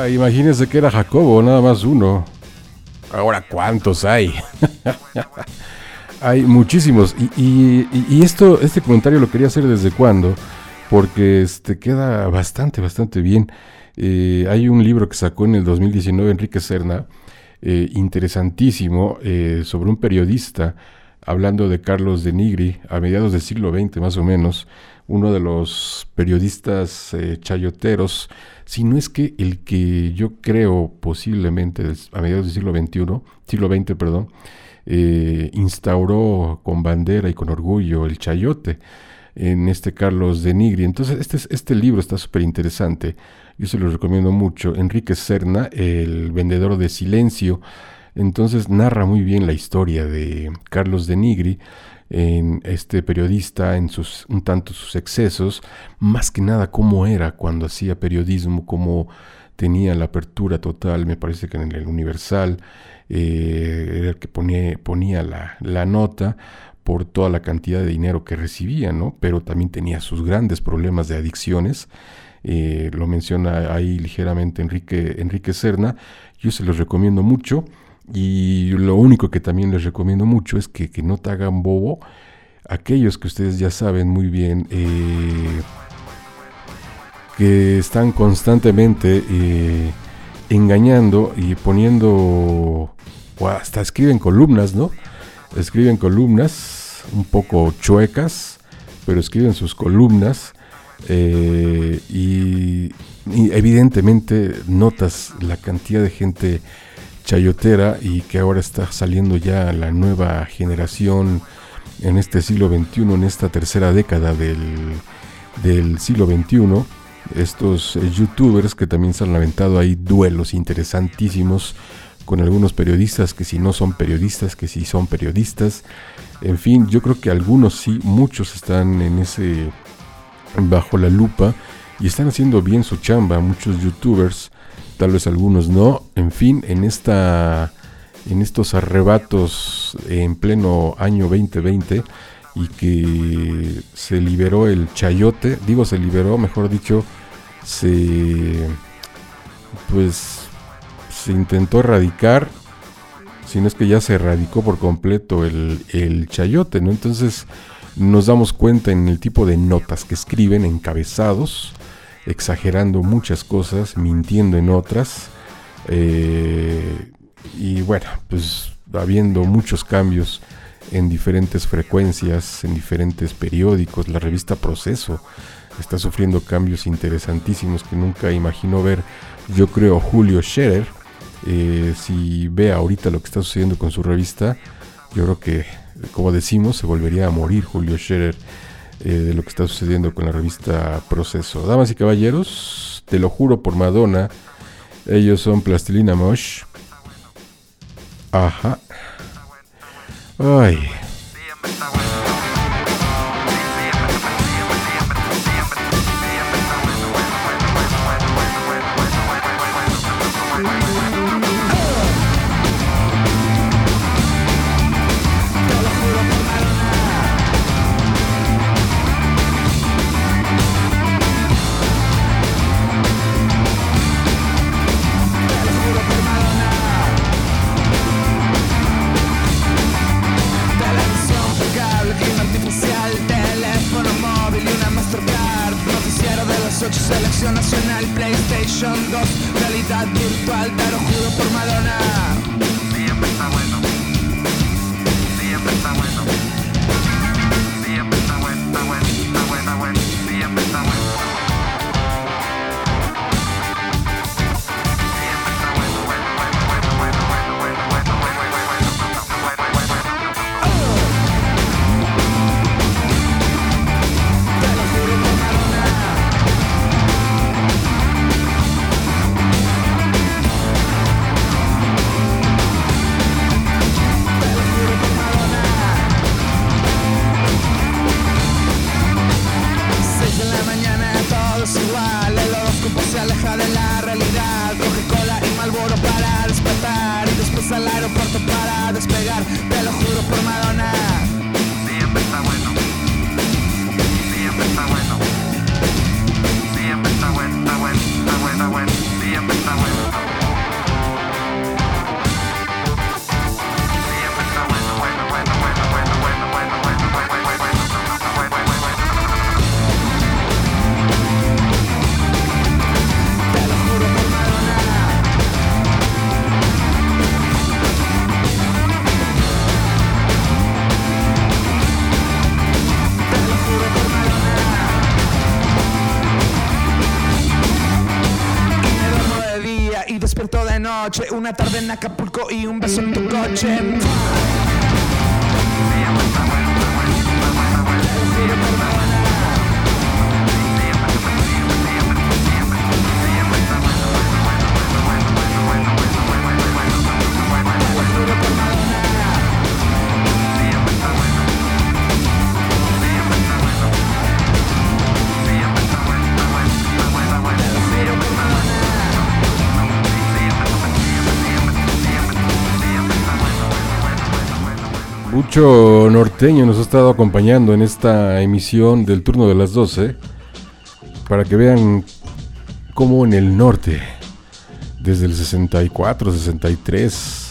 Imagínense que era Jacobo, nada más uno. Ahora, ¿cuántos hay? Hay muchísimos. Y este comentario lo quería hacer desde cuando, porque queda bastante bien. Hay un libro que sacó en el 2019 Enrique Serna, interesantísimo, sobre un periodista hablando de Carlos de Nigri a mediados del siglo XX más o menos, uno de los periodistas chayoteros, si no es que el que yo creo posiblemente a mediados del siglo XX, instauró con bandera y con orgullo el chayote, en Carlos de Nigri. Entonces este libro está súper interesante, yo se lo recomiendo mucho. Enrique Serna, El vendedor de silencio. Entonces narra muy bien la historia de Carlos de Nigri, en este periodista, en un tanto sus excesos, más que nada cómo era cuando hacía periodismo, cómo tenía la apertura total. Me parece que en el Universal era el que ponía la nota por toda la cantidad de dinero que recibía, ¿no? Pero también tenía sus grandes problemas de adicciones. Lo menciona ahí ligeramente Enrique Serna. Yo se los recomiendo mucho. Y lo único que también les recomiendo mucho es que no te hagan bobo aquellos que ustedes ya saben muy bien, que están constantemente engañando y poniendo, o hasta escriben columnas, ¿no? Escriben columnas un poco chuecas, pero escriben sus columnas y evidentemente notas la cantidad de gente chayotera, y que ahora está saliendo ya la nueva generación en este siglo XXI, en esta tercera década del siglo XXI, estos youtubers que también se han lamentado ahí duelos interesantísimos con algunos periodistas que si no son periodistas, que si son periodistas. En fin, yo creo que algunos sí, muchos están bajo la lupa y están haciendo bien su chamba, muchos youtubers, tal vez algunos no. En fin, en estos arrebatos en pleno año 2020, y que se liberó el chayote, se intentó erradicar, si no es que ya se erradicó por completo el chayote, ¿no? Entonces nos damos cuenta en el tipo de notas que escriben, encabezados, exagerando muchas cosas, mintiendo en otras, y bueno, pues habiendo muchos cambios en diferentes frecuencias, en diferentes periódicos. La revista Proceso está sufriendo cambios interesantísimos que nunca imaginó ver, yo creo, Julio Scherer. Si ve ahorita lo que está sucediendo con su revista, yo creo que, como decimos, se volvería a morir Julio Scherer de lo que está sucediendo con la revista Proceso. Damas y caballeros, te lo juro por Madonna, ellos son Plastilina Mosh. Ajá. Ay. Selección nacional, PlayStation 2, realidad virtual, te lo juro por Madonna. Siempre está bueno. Siempre está bueno. Siempre está bueno, está bueno, está bueno, está bueno. Siempre está bueno. Siempre está bueno, bueno, bueno, bueno, bueno, bueno, bueno, bueno, te lo juro por Madonna. despierto de noche, una tarde en Acapulco y un beso en tu coche. Mucho norteño nos ha estado acompañando en esta emisión del turno de las 12 para que vean cómo en el norte, desde el 64, 63,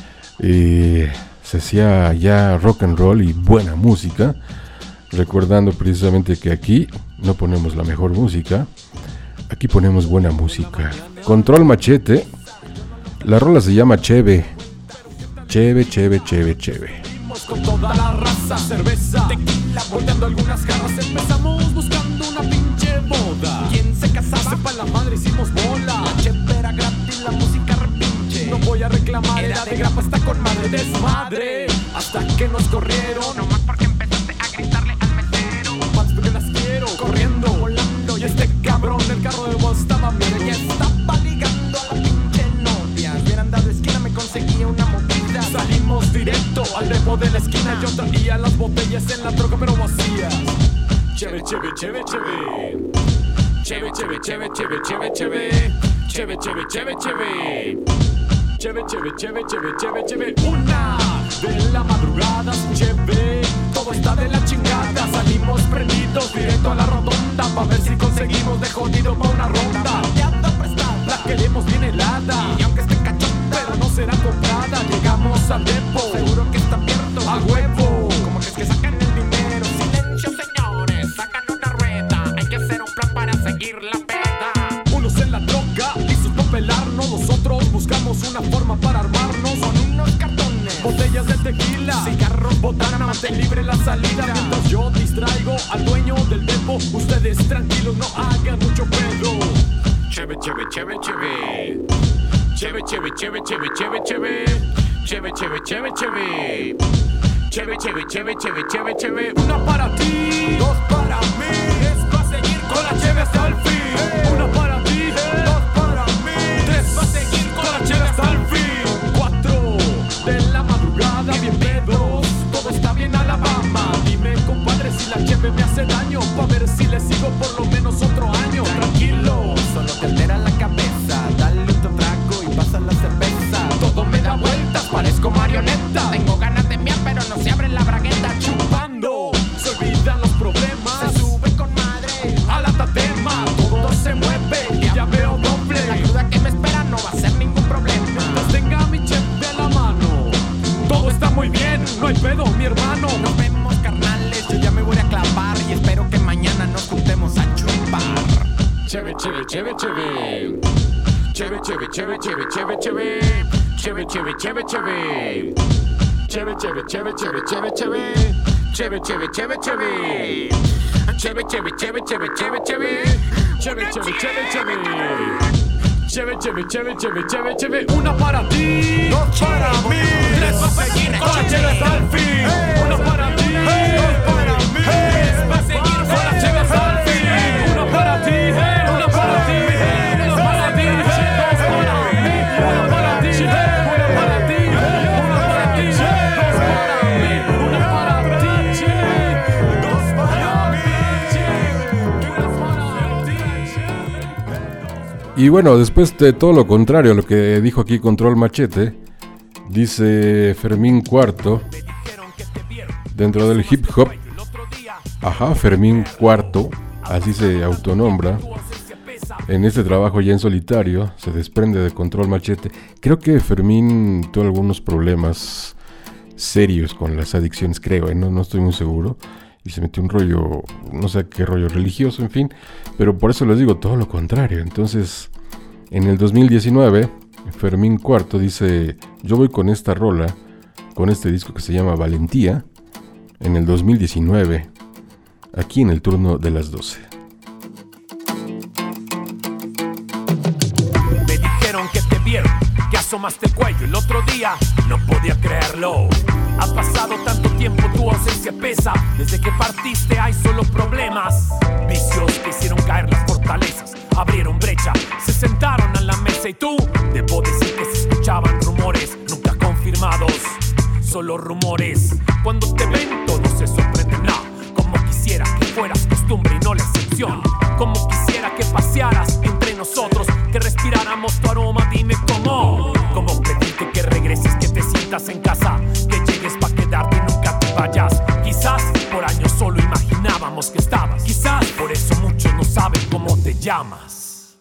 se hacía ya rock and roll y buena música, recordando precisamente que aquí no ponemos la mejor música, aquí ponemos buena música. Control Machete, la rola se llama Cheve, Cheve, Cheve, Cheve, Cheve. Con toda la raza, cerveza, tequila, volteando algunas jarras. Empezamos buscando una pinche boda. ¿Quién se casaba? Sepa la madre, hicimos bola. La cheve era gratis, la música repinche. No voy a reclamar, era de grapa, está con madre desmadre. Hasta que nos corrieron, nomás porque empezaste a gritarle al mesero. Más porque las quiero, corriendo, volando. Y este cabrón del carro de vos estaba, mira, ya estaba ligando a la pinche novia. Hubieran dado esquina, me conseguía una movida. Salimos directo al depo de la esquina. Yo traía las botellas en la troca pero vacías. Cheve, cheve, cheve, cheve. Cheve, cheve, cheve, cheve, cheve, cheve. Cheve, cheve, cheve, cheve. Cheve, cheve, cheve, cheve, cheve, cheve. Una de la madrugada, cheve. Todo está de la chingada. Salimos prendidos directo a la rotonda pa' ver si conseguimos de jodido pa' una ronda. La queremos bien helada. Y aunque esté cachón, pero no será comprada. Llegamos al depo, seguro que está abierto a huevo. ¿Cómo crees que sacan el dinero? Silencio, señores, sacan una rueda. Hay que hacer un plan para seguir la peda. Unos en la troca, listos para pelarnos. Nosotros buscamos una forma para armarnos. Con unos cartones, botellas de tequila, cigarros, botana, mantén libre la salida. Mientras yo distraigo al dueño del depo, ustedes tranquilos, no hagan mucho pedo. Cheve, cheve, cheve, cheve. Cheve, cheve, cheve, cheve, cheve, cheve. Cheve, cheve, cheve, cheve. Cheve, cheve, cheve, cheve, cheve, cheve. Una para ti, dos para mí. Tres para seguir con la cheve hasta el fin. Una para ti, dos para mí. Tres para seguir con la cheve hasta el fin. 4 de la madrugada, bien pedos. Todo está bien, Alabama. Dime, compadre, si la cheve me hace daño. Pa' ver si le sigo por lo menos otro año. Tranquilo, solo te altera la cabeza. Dale otro trago y pasa la cerveza. Todo me da vueltas, parezco marioneta. Tengo ganas de miar, pero no se abre la bragueta. Chupando, se olvidan los problemas. Se sube con madre a la tatema. Todo se mueve y ya veo doble. La cruda que me espera no va a ser ningún problema. Mientras tenga mi cheve a la mano, todo está muy bien, no hay pedo, mi hermano. Nos vemos, carnales, yo ya me voy a clavar. Y espero que mañana nos juntemos a chupar. Cheve, cheve, cheve, cheve. Cheve, cheve, cheve, cheve, cheve, cheve. Cheve, cheve, cheve, cheve. Cheve, cheve, cheve, cheve, cheve, cheve. Cheve, cheve, cheve, cheve. Cheve, cheve, cheve, cheve, cheve, cheve. Cheve, cheve, cheve, cheve. Cheve, cheve, cheve, cheve, cheve, cheve. Una para ti, dos para mí. Tres para seguir con la cheve hasta el fin. Una para ti, dos para mí. Tres para seguir con la cheve hasta el fin. Una para ti, una para ti. Una para ti, dos para mí. Una para ti, una para ti. Una para ti, dos para mí. Una para ti, dos para mí. Y bueno, después de todo lo contrario a lo que dijo aquí Control Machete, dice Fermín Cuarto, dentro del hip hop, ajá, Fermín Cuarto, así se autonombra, en este trabajo ya en solitario, se desprende de Control Machete. Creo que Fermín tuvo algunos problemas serios con las adicciones, creo, no estoy muy seguro, y se metió un rollo, no sé qué rollo religioso, en fin, pero por eso les digo todo lo contrario. Entonces, en el 2019, Fermín Cuarto dice: yo voy con esta rola, con este disco que se llama Valentía, en el 2019, aquí en el turno de las 12. Me dijeron que este viernes asomaste el cuello el otro día, no podía creerlo. Ha pasado tanto tiempo, tu ausencia pesa. Desde que partiste hay solo problemas. Vicios que hicieron caer las fortalezas, abrieron brecha, se sentaron a la mesa. Y tú, debo decir que se escuchaban rumores nunca confirmados, solo rumores. Cuando te ven todos se sorprenden, no. Como quisiera que fueras costumbre y no la excepción. Como quisiera que pasearas entre nosotros, que respiráramos tu aroma. Dime cómo pedirte que regreses, que te sientas en casa, que llegues pa' quedarte y nunca te vayas. Quizás por años solo imaginábamos que estabas, quizás por eso muchos no saben cómo te llamas.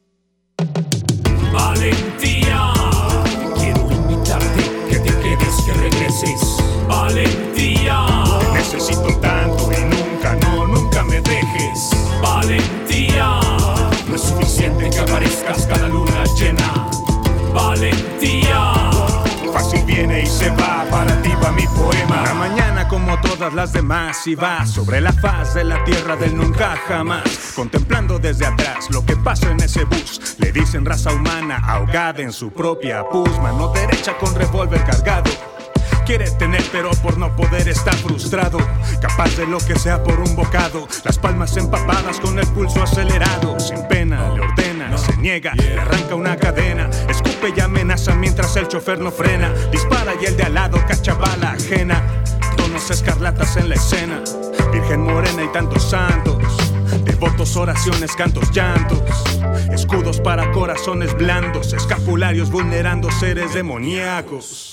Valentía, quiero invitarte, que te quedes, que regreses. Valentía, te necesito tanto y nunca me dejes. Valentía, no es suficiente que aparezcas cada luna llena. Valentía, fácil viene y se va, para ti va mi poema. La mañana como todas las demás y va sobre la faz de la tierra del nunca jamás, contemplando desde atrás lo que pasa en ese bus. Le dicen raza humana ahogada en su propia pus, mano derecha con revólver cargado. Quiere tener pero por no poder está frustrado, capaz de lo que sea por un bocado. Las palmas empapadas con el pulso acelerado, sin pena le ordena, se niega, le arranca una cadena, escupe y amenaza mientras el chofer no frena. Dispara y el de al lado cacha bala ajena. Tonos escarlatas en la escena, Virgen morena y tantos santos, devotos, oraciones, cantos, llantos, escudos para corazones blandos, escapularios vulnerando seres demoníacos.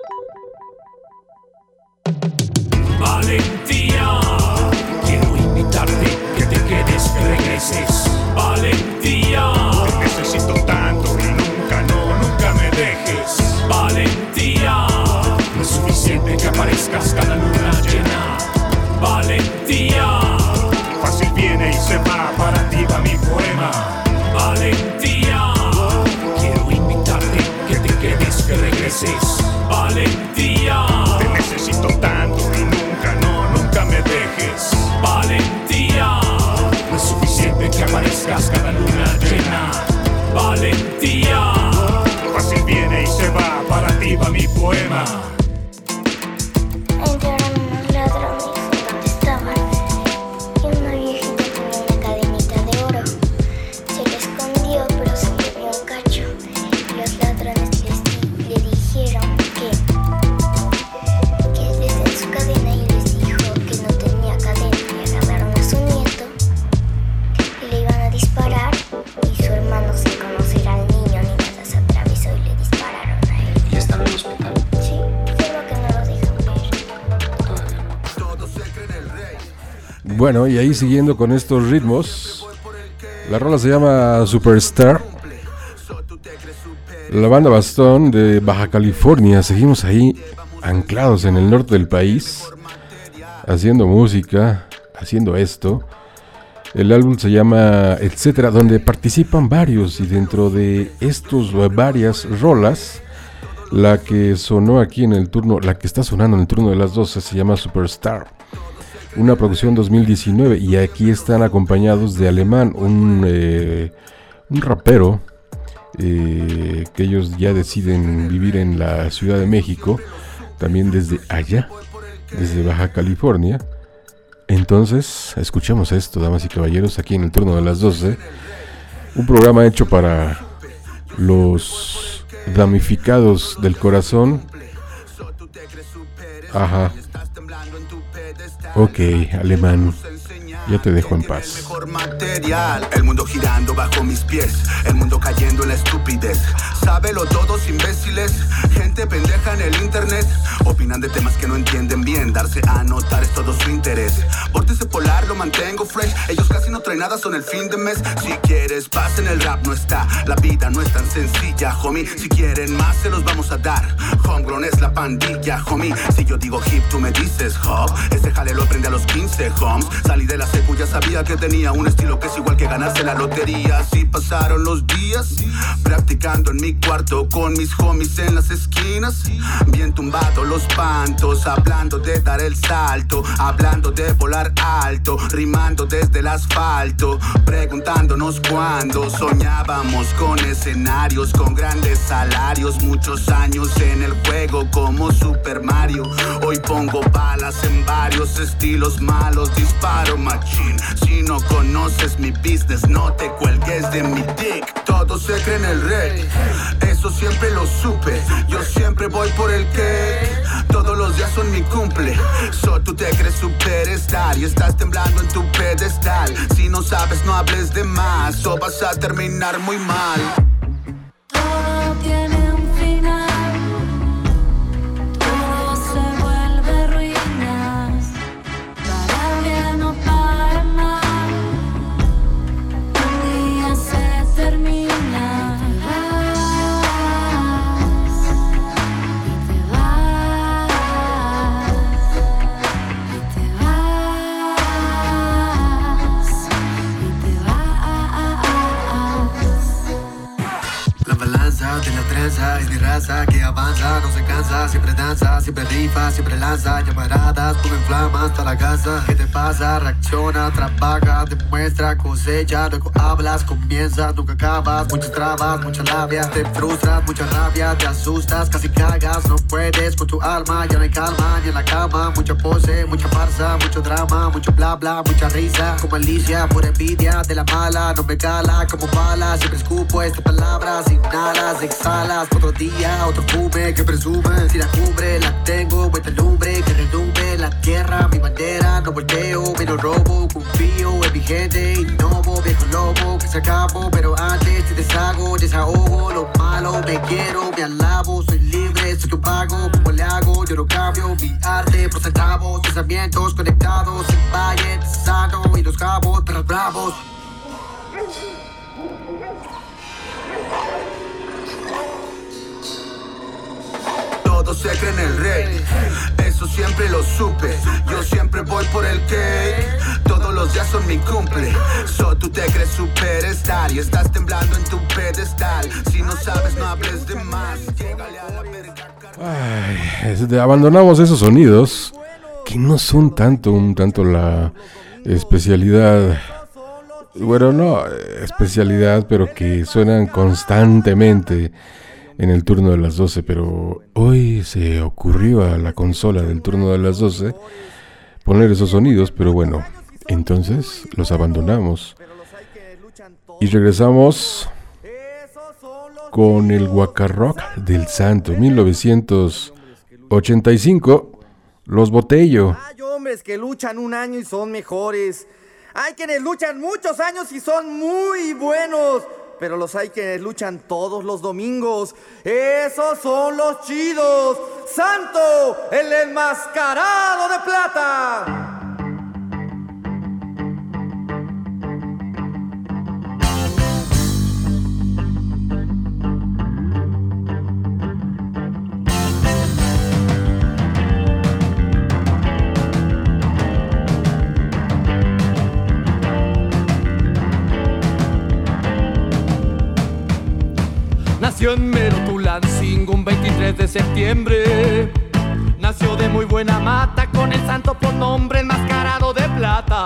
Valentía, quiero invitarte, que te quedes, que regreses. Valentía, te necesito tanto y nunca me dejes. Valentía, no es suficiente que aparezcas cada luna llena. Valentía, fácil viene y se va, para ti va mi poema. Valentía, quiero invitarte, que te quedes, que regreses. Valentía, te necesito tanto y nunca me dejes. Valentía, no es suficiente que aparezcas cada luna llena. Valentía, fácil viene y se va, para ti va mi poema. Entraron unos ladrones donde estaban, y una viejita tenía una cadenita de oro. Se le escondió pero se le vio un cacho, y los ladrones le dijeron que les den su cadena, y les dijo que no tenía cadena, y agarraron a su nieto y le iban a disparar, y su hermano sin conocer al niño ni nada se atravesó y le dispararon a él. ¿Y está en el hospital? Sí, solo que no lo dejan ver. Bueno, y ahí siguiendo con estos ritmos, la rola se llama Superstar. La banda Bastón de Baja California. Seguimos ahí anclados en el norte del país, haciendo música, haciendo esto. El álbum se llama Etcétera, donde participan varios, y dentro de estos varias rolas, la que sonó aquí en el turno, la que está sonando en el turno de las 12 se llama Superstar, una producción 2019, y aquí están acompañados de Alemán, un rapero que ellos ya deciden vivir en la Ciudad de México, también desde allá, desde Baja California. Entonces, escuchemos esto, damas y caballeros, aquí en el turno de las 12, un programa hecho para los damnificados del corazón. Ajá. Ok, Alemán, ya te dejo en paz. Material, el mundo girando bajo mis pies, el mundo cayendo en la estupidez. Sábelo todos imbéciles, gente pendeja en el internet, opinan de temas que no entienden bien, darse a notar es todo su interés. Vórtice polar lo mantengo fresh, ellos casi no traen nada, son el fin de mes. Si quieres paz en el rap no está, la vida no es tan sencilla, homie. Si quieren más se los vamos a dar, homegrown es la pandilla, homie. Si yo digo hip tú me dices hop, ese jale lo aprendí a los 15, homes. Salí de la secu, ya sabía que tenía un estilo que es igual que ganarse la lotería. Así pasaron los días, practicando en mi cuarto con mis homies en las esquinas, bien tumbado los pantos, hablando de dar el salto, hablando de volar alto, rimando desde el asfalto, preguntándonos cuándo soñábamos con escenarios, con grandes salarios, muchos años en el juego como Super Mario. Hoy pongo balas en varios estilos malos, disparo machín. Si no conoces mi business, no te cuelgues de mi dick. Todos se creen el rey, eso siempre lo supe. Yo siempre voy por el cake, todos los días son mi cumple. So tú te crees superstar y estás temblando en tu pedestal. Si no sabes, no hables de más o vas a terminar muy mal. Todo tiene un final, todo se vuelve ruinas, para bien o para mal, un día se termina. De la tranza es mi raza que avanza, no se cansa, siempre danza, siempre rifa, siempre lanza llamaradas, pongo en flamas toda la casa. ¿Qué te pasa? Reacciona, trabaja, demuestra, cosecha, luego hablas, comienzas, nunca acabas, muchas trabas, mucha labia, te frustras, mucha rabia, te asustas, casi cagas, no puedes con tu alma, ya no hay calma ni en la cama, mucha pose, mucha farsa, mucho drama, mucho bla bla, mucha risa, como Alicia, por envidia de la mala, no me cala como bala, siempre escupo esta palabra, sin inhalas, exhalas, otro día, otro fume que presume, si la cumbre la tengo, vuelta lumbre, que redumbe la tierra, mi bandera, no volteo, me no robo, confío en mi gente, innovo, viejo lobo, que se acabó, pero antes te deshago, desahogo, lo malo, me quiero, me alabo, soy libre, soy un vago, como le hago, yo no cambio, mi arte, por centavos, pensamientos conectados, en valle, sano, y los cabos, perros bravos. Todos se creen el rey, eso siempre lo supe. Yo siempre voy por el cake, todos los días son mi cumple. So tú te crees superstar y estás temblando en tu pedestal. Si no sabes, no hables de más. Llégale a la verga. Ay, abandonamos esos sonidos que no son tanto la especialidad. Bueno, no especialidad, pero que suenan constantemente en el turno de las 12, pero hoy se ocurrió a la consola del turno de las 12 poner esos sonidos, pero bueno, entonces los abandonamos y regresamos con el Waka Rock del Santo, 1985, Los Botello. Hay hombres que luchan un año y son mejores, hay quienes luchan muchos años y son muy buenos, pero los hay que luchan todos los domingos. Esos son los chidos. Santo, el enmascarado de plata. Nació en Merotulancingo un 23 de septiembre. Nació de muy buena mata, con el santo por nombre, enmascarado de plata.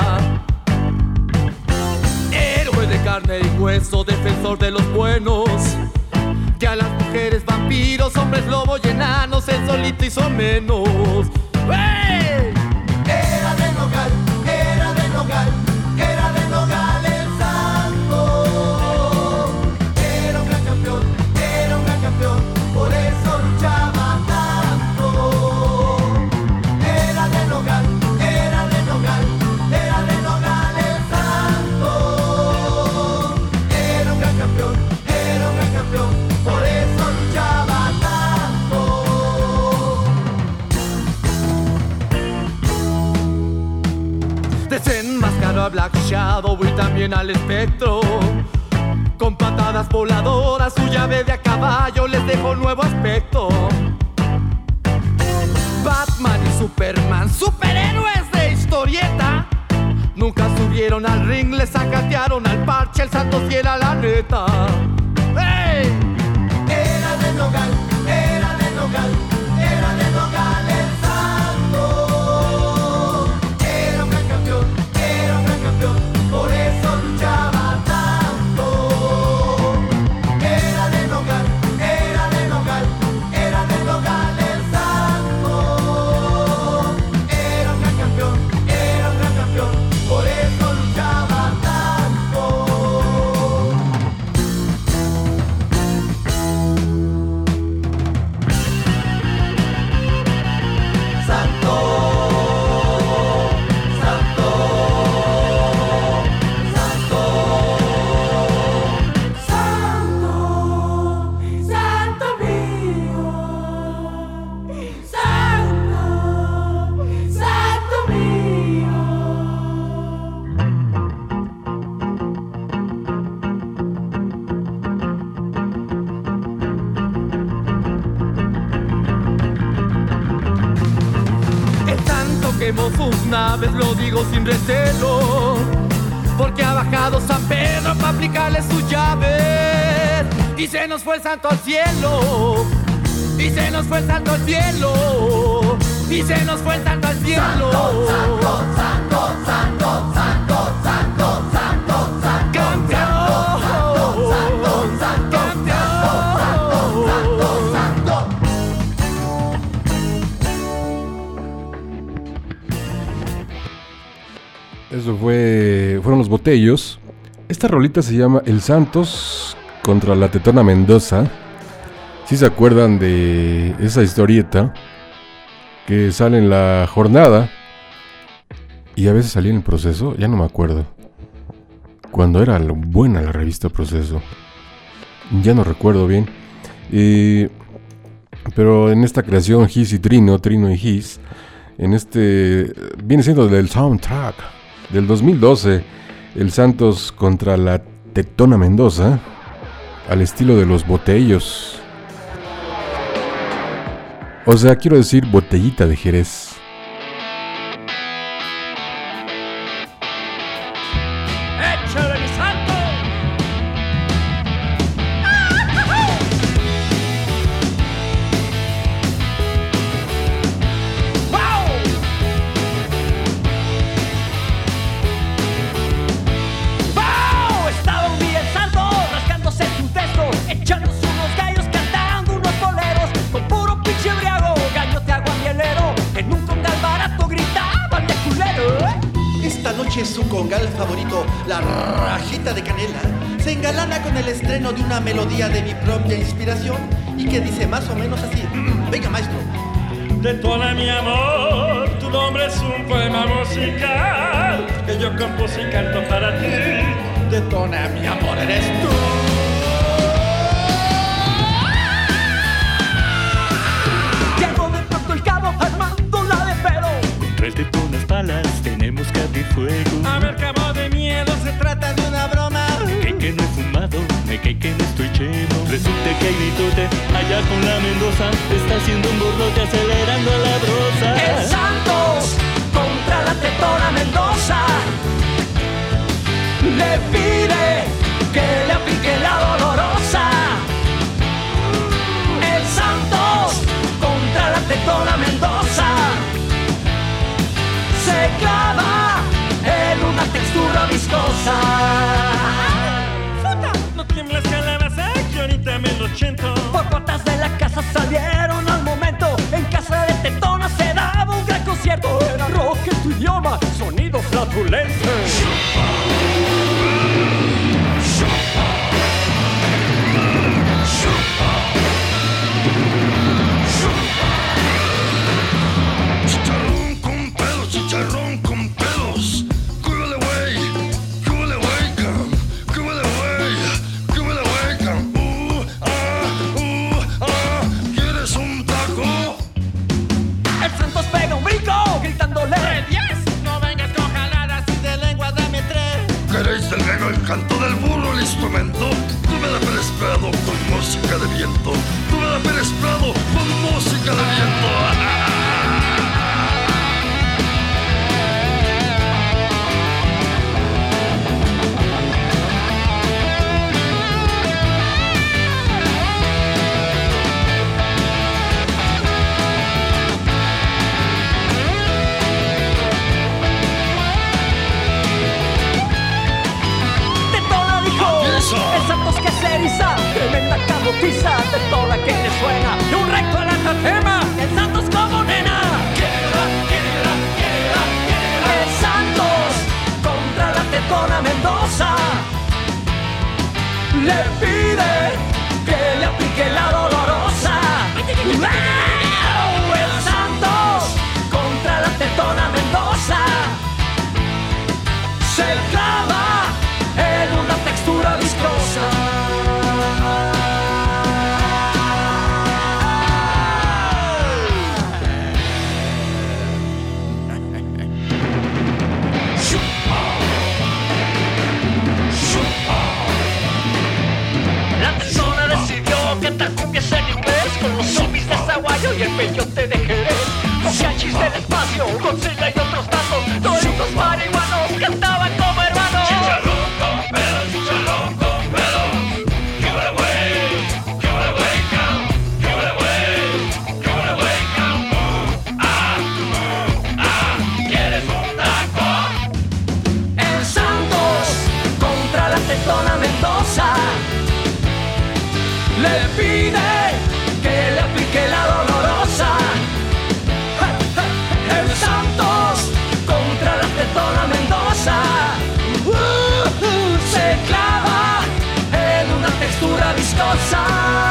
Héroe de carne y hueso, defensor de los buenos, que a las mujeres vampiros, hombres lobo y enanos, él solito hizo menos. ¡Hey! Era del local, era del local, era del local el santo. Era un gran campeón, por eso luchaba tanto. Era del local, era del local, era del local el santo. Era un gran campeón, por eso luchaba tanto. Desenmascaró a Black Shadow y también al Espectro. Con patadas voladoras, su llave de a caballo les dejó nuevo aspecto. Batman y Superman, superhéroes de historieta, nunca subieron al ring, le sacatearon al parche, el santo sí era la neta. ¡Hey! Queremos una vez, lo digo sin recelo, porque ha bajado San Pedro para aplicarle sus llaves. Y se nos fue el santo al cielo, y se nos fue el santo al cielo, y se nos fue el santo al cielo. Santo, santo, santo, santo, santo, santo, santo, santo, campeón, santo, santo, santo, campeón, santo, santo. Eso fueron Los Botellos. Esta rolita se llama El Santos contra la Tetona Mendoza. Si se acuerdan de esa historieta que sale en La Jornada y a veces salía en El Proceso, ya no me acuerdo. Cuando era buena la revista Proceso, ya no recuerdo bien. Pero en esta creación Gis y Trino y Gis, en este viene siendo del soundtrack del 2012, El Santos contra la Tetona Mendoza, al estilo de Los Botellos. O sea, quiero decir botellita de Jerez. ¡Échale, mi santo! Estaba un día el santo rascándose su teso, echándose unos gallos, cantando unos boleros, con puro pinche briago, gallo de aguamielero, en un congal barato gritaban de culero. Esta noche su congal favorito, la rajita de canela, se engalana con el estreno de una melodía de mi propia inspiración y que dice más o menos así. Venga, maestro. Detona mi amor, tu nombre es un poema musical que yo compuse y canto para ti. Detona mi amor, eres tú. Llegó de pronto el cabo armándola de pedo. Contra el tetón las balas tenemos que abrir fuego. A ver, cabo de miedo, se trata de una broma. Que no he fumado, me cae que no estoy chemo. Resulta que hay gritote allá con la Mendoza, está haciendo un borlote acelerando a la brosa. El Santos contra la Tetona Mendoza le pide que le aplique la dolorosa. El Santos contra la Tetona Mendoza se clava en una textura viscosa. ¡Puta! No tiemblas calabaza, que ahorita me lo chento. Por patas de la casa salieron al momento. En casa de Tetona se daba un gran concierto. Era rock en tu idioma, sonido flatulento. Chicharrón con pelos, chicharrón con pelos. Cúbele, güey, cúbele, güey, cúbele, güey, cúbele, güey, ¿quieres un taco? El Santos pega un brinco, gritándole ¡10! No vengas con jaladas y de lengua dame 3. ¿Queréis el gallo, el canto del burro, el instrumento? Tú me la Pérez Prado con música de viento. Tú me la Pérez Prado con música de viento. Tetona dijo, el Santos que se eriza, tremenda cabotiza, Tetona que le suena, de un recto al anatema, el Santos como nena. El Santos contra la Tetona Mendoza le pide que le aplique la dolorosa. ¡Wow! El Santos contra la Tetona Mendoza se clava en una textura viscosa. La Tetona decidió cantar cumbias en inglés con los zombies de esa pide que le aplique la dolorosa. El Santos contra la tetona Mendoza. Se clava en una textura viscosa.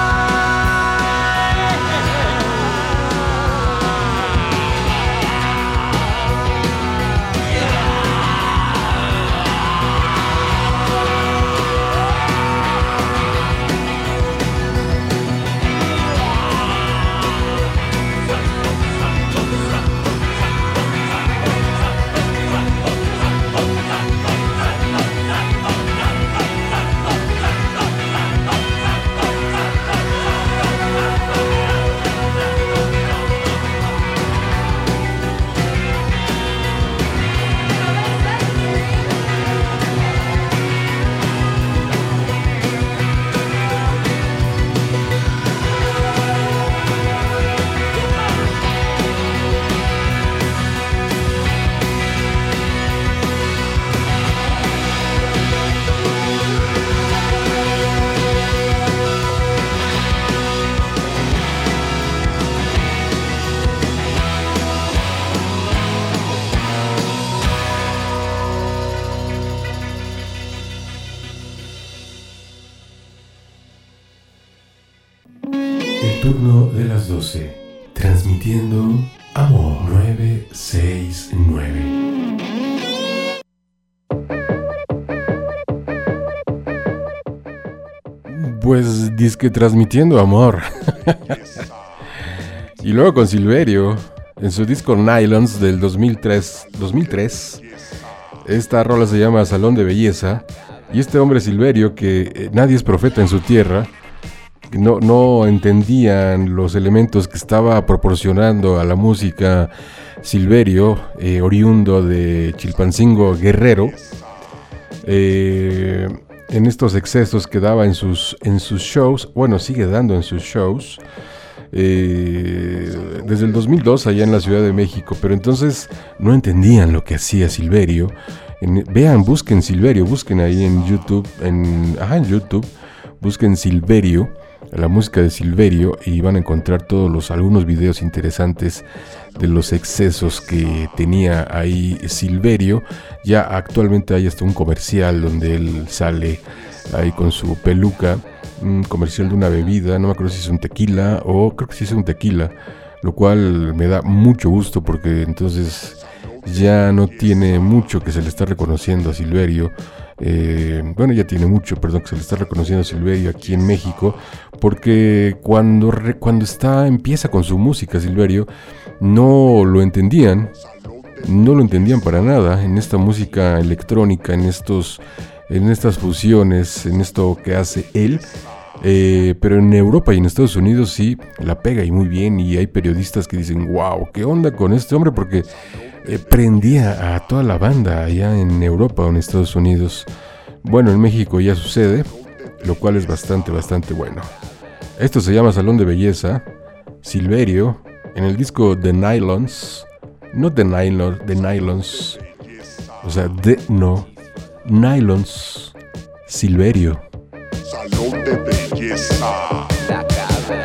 Turno de las 12, transmitiendo Amor 969. Pues disque transmitiendo amor. Y luego con Silverio, en su disco Nylons del 2003. Esta rola se llama Salón de Belleza. Y este hombre Silverio, que nadie es profeta en su tierra, no entendían los elementos que estaba proporcionando a la música Silverio, oriundo de Chilpancingo, Guerrero, en estos excesos que daba en sus shows. Bueno, sigue dando en sus shows desde el 2002 allá en la Ciudad de México, pero entonces no entendían lo que hacía Silverio. Busquen Silverio, busquen ahí en YouTube, en YouTube, busquen Silverio, la música de Silverio, y van a encontrar algunos videos interesantes de los excesos que tenía ahí Silverio. Ya actualmente hay hasta un comercial donde él sale ahí con su peluca, un comercial de una bebida, no me acuerdo si es un tequila, o creo que sí es un tequila, lo cual me da mucho gusto porque entonces ya no tiene mucho que se le está reconociendo a Silverio. Ya tiene mucho, que se le está reconociendo a Silverio aquí en México, porque cuando empieza con su música Silverio, no lo entendían para nada en esta música electrónica, en estas fusiones, en esto que hace él. Pero en Europa y en Estados Unidos sí la pega y muy bien, y hay periodistas que dicen, wow, ¿qué onda con este hombre? Porque prendía a toda la banda allá en Europa o en Estados Unidos. Bueno, en México ya sucede, lo cual es bastante bueno. Esto se llama Salón de Belleza, Silverio, en el disco The Nylons, no The Nylons, o sea, Nylons, Silverio. Salón de Belleza. La cabra.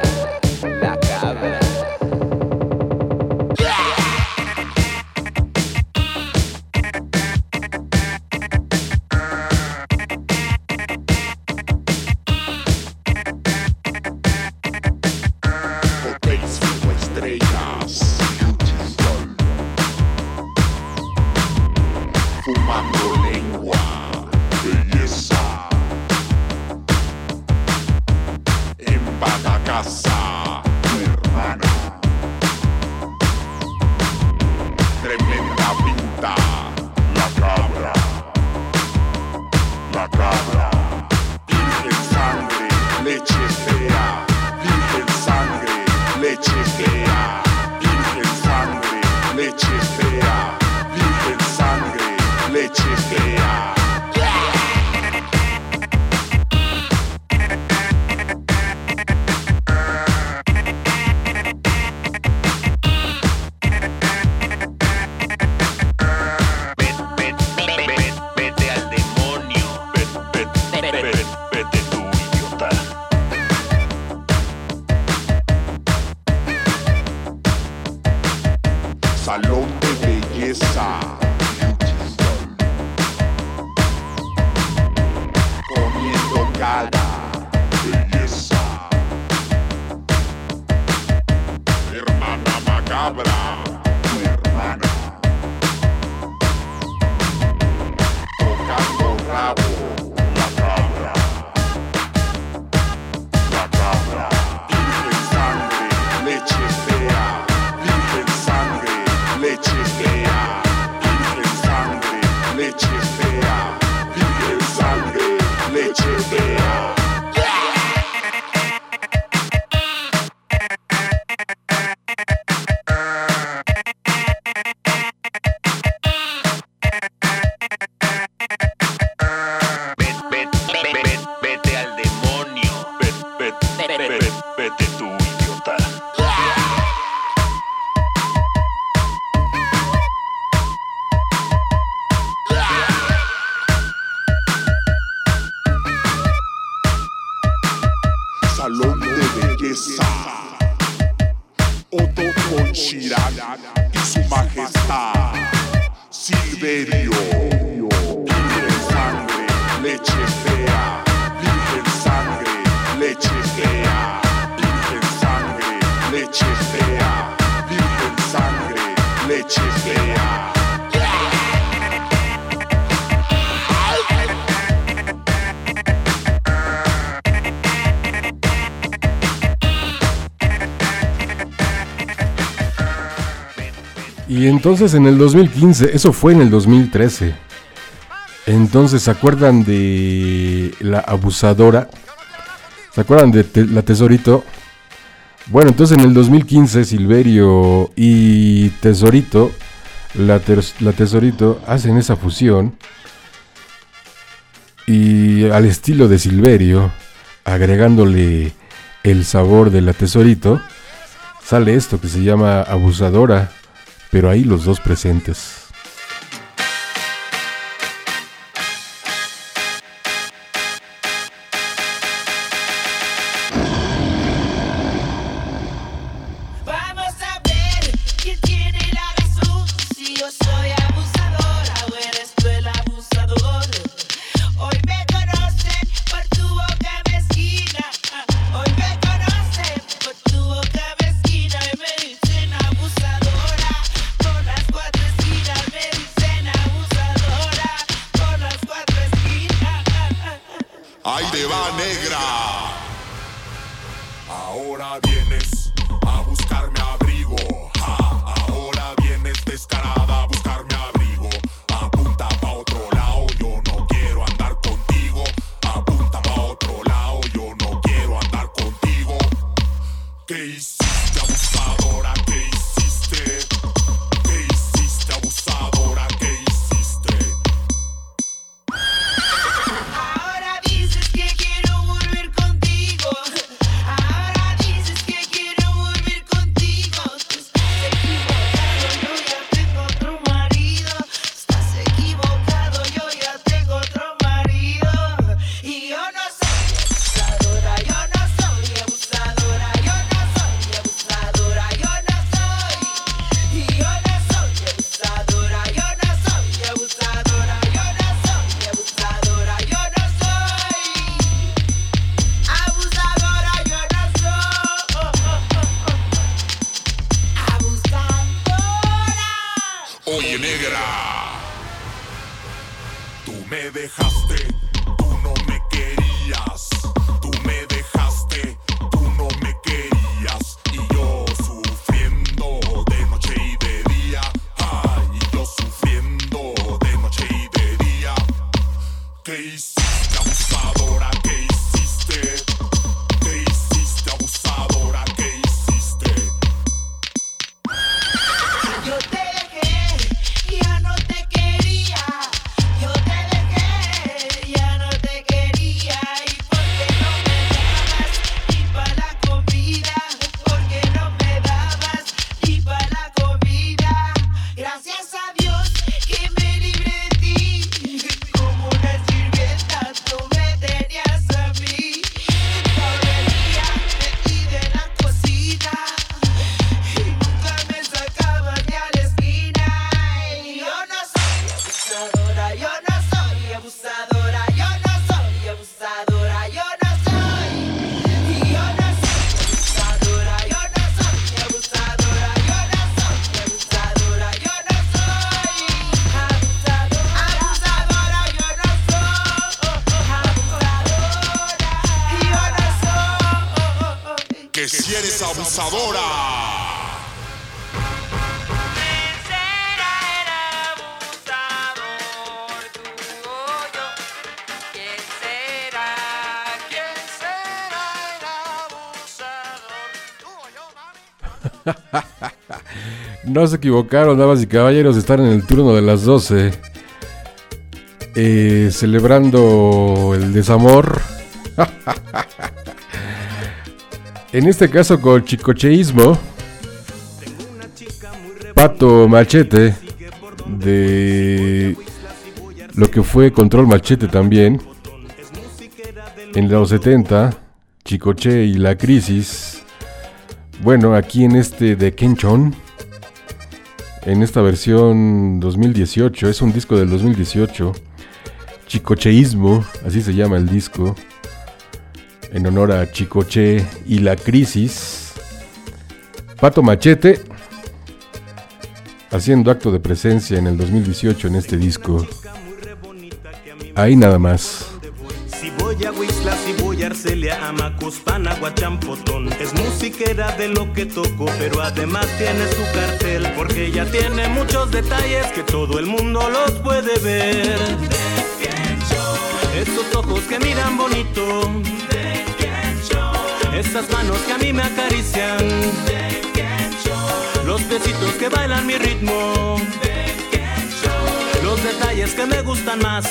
delicada, belleza. Hermana macabra, tu hermana. Tocando rabo, la cabra. La cabra. Virgen sangre, leche fea. Virgen sangre, leche fea. Virgen sangre, leche fea. Virgen sangre, leche fea. Vete al demonio. Vete tú, idiota. Salón de belleza. Otto von Schirach y su majestad Silverio. Virgen sangre, leche fea. Virgen sangre, leche fea. Virgen sangre, leche fea. Virgen sangre, leche fea. Y entonces en el 2015, eso fue en el 2013. Entonces, ¿se acuerdan de la abusadora? ¿Se acuerdan de la Tesorito? Bueno, entonces en el 2015 Silverio y Tesorito, la Tesorito, hacen esa fusión. Y al estilo de Silverio, agregándole el sabor de la Tesorito, sale esto que se llama Abusadora. Pero ahí los dos presentes. Vamos a ver quién tiene la razón, si yo soy abusadora o eres tú el abusador. Hoy me conocen por tu boca mezquina. Hoy me conocen por tu boca mezquina y me dicen abusadora. Por las cuatro esquinas me dicen abusadora. Por las cuatro esquinas. ¡Ahí te va, negra! Ahora vienes a buscarme abrigo. Ahora vienes descarada a buscarme abrigo. Apunta pa' otro lado, yo no quiero andar contigo. Apunta pa' otro lado, yo no quiero andar contigo. ¿Qué hiciste, abusadora? ¿Qué hiciste? ¿Qué hiciste, abusadora? ¿Qué hiciste? Ahora dices que quiero volver contigo. Ahora dices que quiero volver contigo. Estás equivocado, yo ya tengo otro marido. Y yo no soy abusadora, yo no soy abusadora, yo no soy abusadora, yo no soy. Y yo no soy abusadora, yo no soy abusadora, yo no soy abusadora, yo no soy. Abusadora, yo no soy. Abusadora. Oye, negra, tú me dejaste, tú no me querías. Tú me dejaste, tú no me querías. Y yo sufriendo de noche y de día. Ay, y yo sufriendo de noche y de día. ¿Qué hiciste, abusadora? ¿Qué hiciste? ¿Qué hiciste, abusadora? ¿Qué hiciste? Yo te dejé, ya no te quería. Yo te dejé, que si eres abusadora. No se equivocaron, damas y caballeros, están en el turno de las 12, celebrando el desamor. En este caso con chicocheísmo, Pato Machete, de lo que fue Control Machete también, en los 70, Chicoche y la Crisis. Bueno, aquí en este de Kenchon, en esta versión 2018, es un disco del 2018, Chicocheísmo, así se llama el disco, en honor a Chicoche y la Crisis. Pato Machete haciendo acto de presencia en el 2018 en este disco. Ahí nada más. Si voy a Huixla, si voy a Arcelia, a Macuspana, Guachampotón. Es musiquera de lo que toco, pero además tiene su cartel, porque ella tiene muchos detalles que todo el mundo los puede ver. Esos ojos que miran bonito, esas manos que a mí me acarician, los besitos que bailan mi ritmo, los detalles que me gustan más.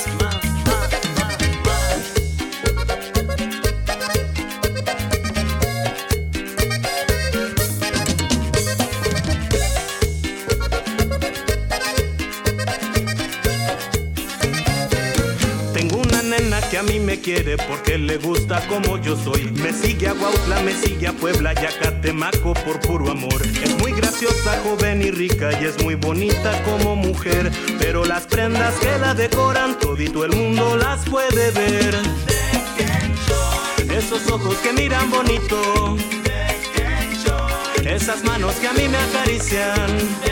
Que a mí me quiere porque le gusta como yo soy. Me sigue a Huautla, me sigue a Puebla y a Catemaco por puro amor. Es muy graciosa, joven y rica y es muy bonita como mujer, pero las prendas que la decoran todito el mundo las puede ver. Esos ojos que miran bonito, esas manos que a mí me acarician,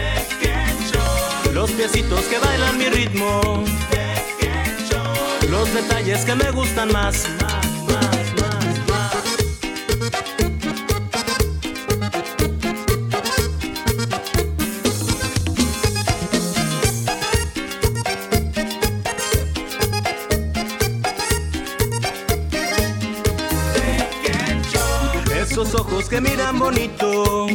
los piecitos que bailan mi ritmo, los detalles que me gustan más. Esos ojos que miran bonito,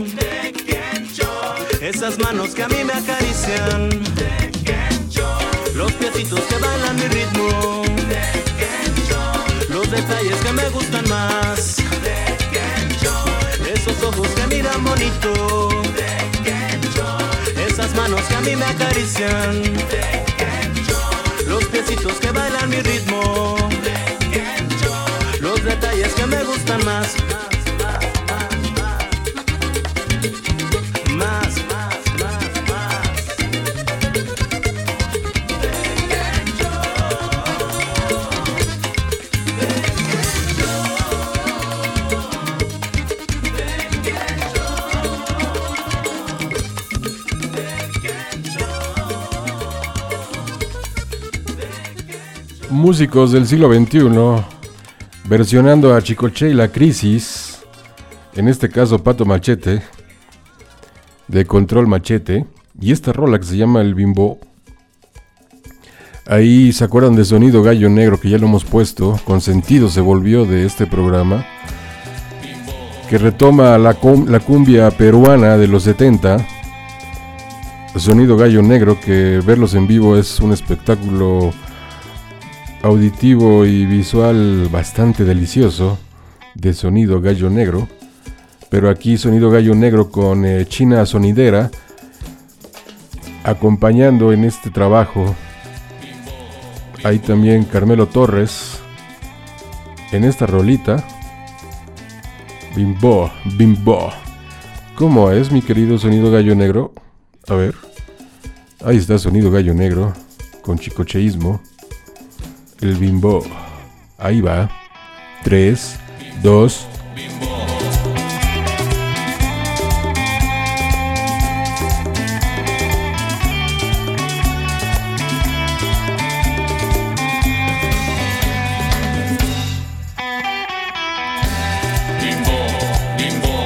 esas manos que a mí me acarician, los piecitos que bailan mi ritmo, los detalles que me gustan más. Esos ojos que miran bonito, esas manos que a mí me acarician, los piecitos que bailan mi ritmo, los detalles que me gustan más. Músicos del siglo XXI versionando a Chicoche y la Crisis, en este caso Pato Machete de Control Machete, y esta rola que se llama El Bimbo. Ahí se acuerdan de Sonido Gallo Negro, que ya lo hemos puesto, Consentido se volvió de este programa, que retoma la cumbia peruana de los 70. Sonido Gallo Negro, que verlos en vivo es un espectáculo auditivo y visual bastante delicioso, de Sonido Gallo Negro. Pero aquí Sonido Gallo Negro con China Sonidera acompañando en este trabajo. Ahí también Carmelo Torres en esta rolita. Bimbo, Bimbo. ¿Cómo es, mi querido Sonido Gallo Negro? A ver. Ahí está Sonido Gallo Negro con chicocheísmo. El Bimbo. Ahí va. 3, 2. Bimbo, Bimbo.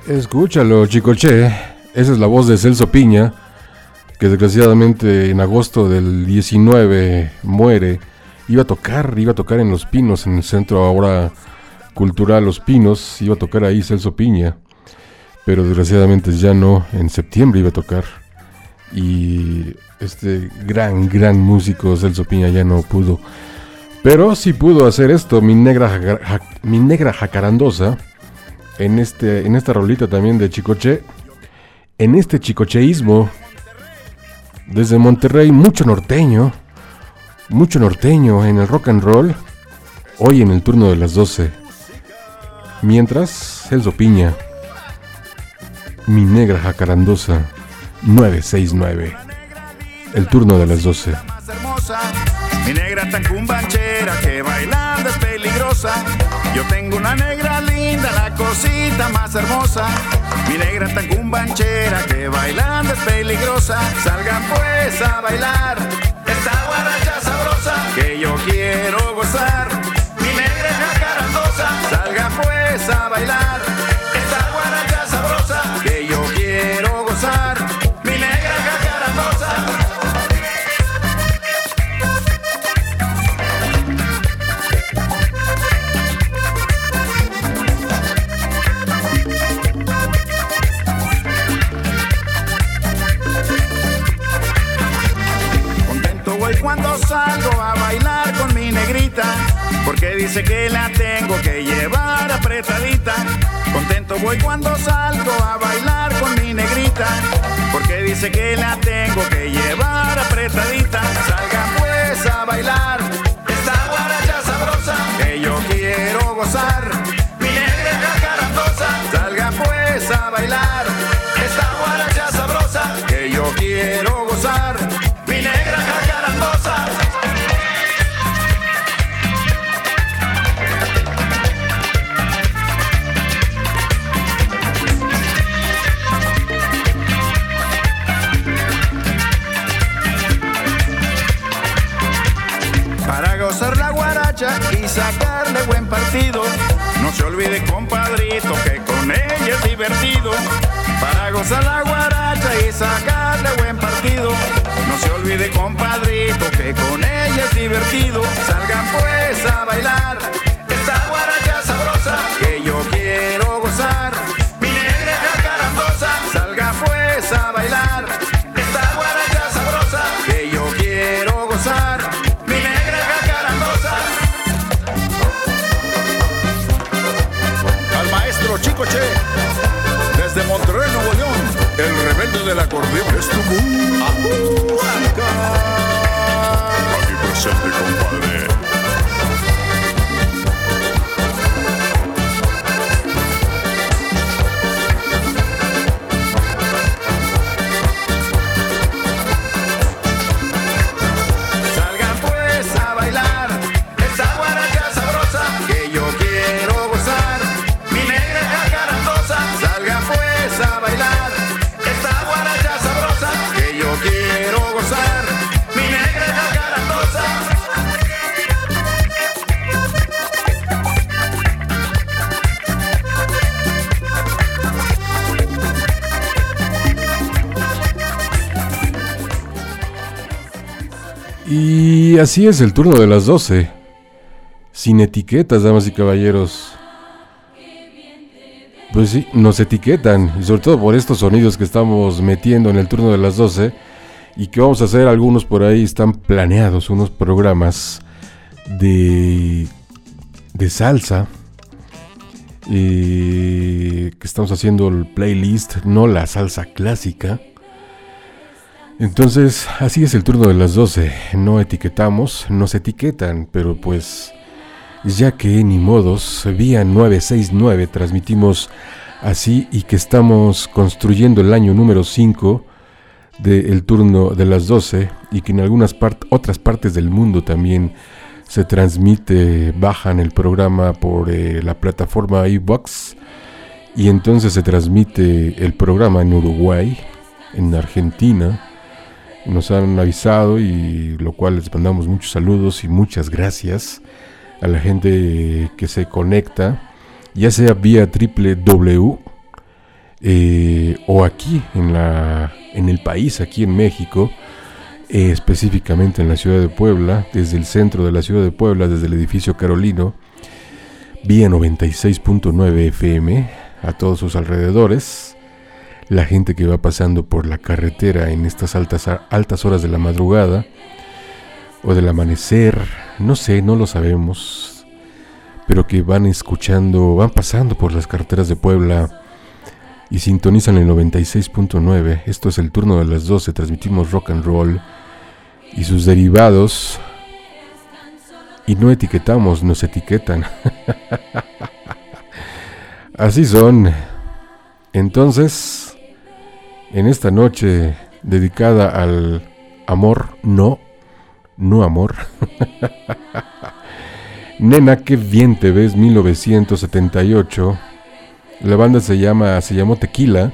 Escúchalo, Chicoche. Esa es la voz de Celso Piña, que desgraciadamente en agosto del 19 muere. Iba a tocar en Los Pinos, en el Centro ahora Cultural Los Pinos. Iba a tocar ahí Celso Piña, pero desgraciadamente ya no. En septiembre iba a tocar. Y este gran músico Celso Piña ya no pudo. Pero sí pudo hacer esto, mi negra jacarandosa. En esta rolita también de Chicoche, en este chicocheísmo, desde Monterrey, mucho norteño en el rock and roll, hoy en el turno de las 12. Mientras, Celso Piña, mi negra jacarandosa, 969, el turno de las 12. Mi negra tan cumbanchera que bailando es peligrosa. Yo tengo una negra linda, la cosita más hermosa. Mi negra tan cumbanchera que bailando es peligrosa. Salgan pues a bailar esta guaracha sabrosa que yo quiero gozar. Mi negra jacarandosa. Salgan pues a bailar esta guaracha sabrosa que yo quiero gozar. Mi negra jacarandosa. Cuando salgo a bailar con mi negrita, porque dice que la tengo que llevar apretadita. Contento voy cuando salgo a bailar con mi negrita, porque dice que la tengo que llevar apretadita. Salgan pues a bailar esta guaracha sabrosa que yo quiero gozar. Mi negra jacarandosa. Salgan pues a bailar esta guaracha sabrosa que yo quiero gozar. Mi negra jacarandosa. Para gozar la guaracha y sacarle buen partido, no se olvide, compadrito, que con ella es divertido. Para gozar la guaracha y sacarle buen partido, no se olvide, compadrito, que con ella es divertido. Salgan pues a bailar esta guaracha sabrosa que yo quiero gozar. Mi negra jacarandosa. Salgan pues a bailar esta guaracha sabrosa que yo quiero gozar. Mi negra jacarandosa. Al maestro Chicoche, desde Monterrey, Nuevo León, el rebelde del acordeón es tu mundo. Aquí presente, compadre. Salgan pues a bailar esta guaracha sabrosa que yo quiero gozar. Mi negra jacarandosa. Salgan pues a bailar esta guaracha sabrosa que yo quiero gozar. Mi negra jacarandosa. Y así es el turno de las 12. Sin etiquetas, damas y caballeros. Pues sí, nos etiquetan. Y sobre todo por estos sonidos que estamos metiendo en el turno de las 12. Y que vamos a hacer algunos por ahí. Están planeados unos programas de salsa. Que estamos haciendo el playlist, no la salsa clásica. Entonces, así es el turno de las 12. No etiquetamos, nos etiquetan, pero pues, ya que ni modos, vía 969 transmitimos así y que estamos construyendo el año número 5 del turno de las 12 y que en algunas otras partes del mundo también se transmite, bajan el programa por la plataforma iVoox y entonces se transmite el programa en Uruguay, en Argentina. Nos han avisado y lo cual les mandamos muchos saludos y muchas gracias a la gente que se conecta, ya sea vía www o aquí en el país, aquí en México, específicamente en la ciudad de Puebla, desde el centro de la ciudad de Puebla, desde el edificio Carolino, vía 96.9 FM, a todos sus alrededores, la gente que va pasando por la carretera en estas altas horas de la madrugada o del amanecer, no sé, no lo sabemos, pero que van pasando por las carreteras de Puebla y sintonizan el 96.9. Esto es el turno de las 12, transmitimos rock and roll y sus derivados, y no etiquetamos, nos etiquetan. Así son. Entonces, en esta noche dedicada al amor, no amor. Nena, qué bien te ves, 1978. La banda se llamó Tequila.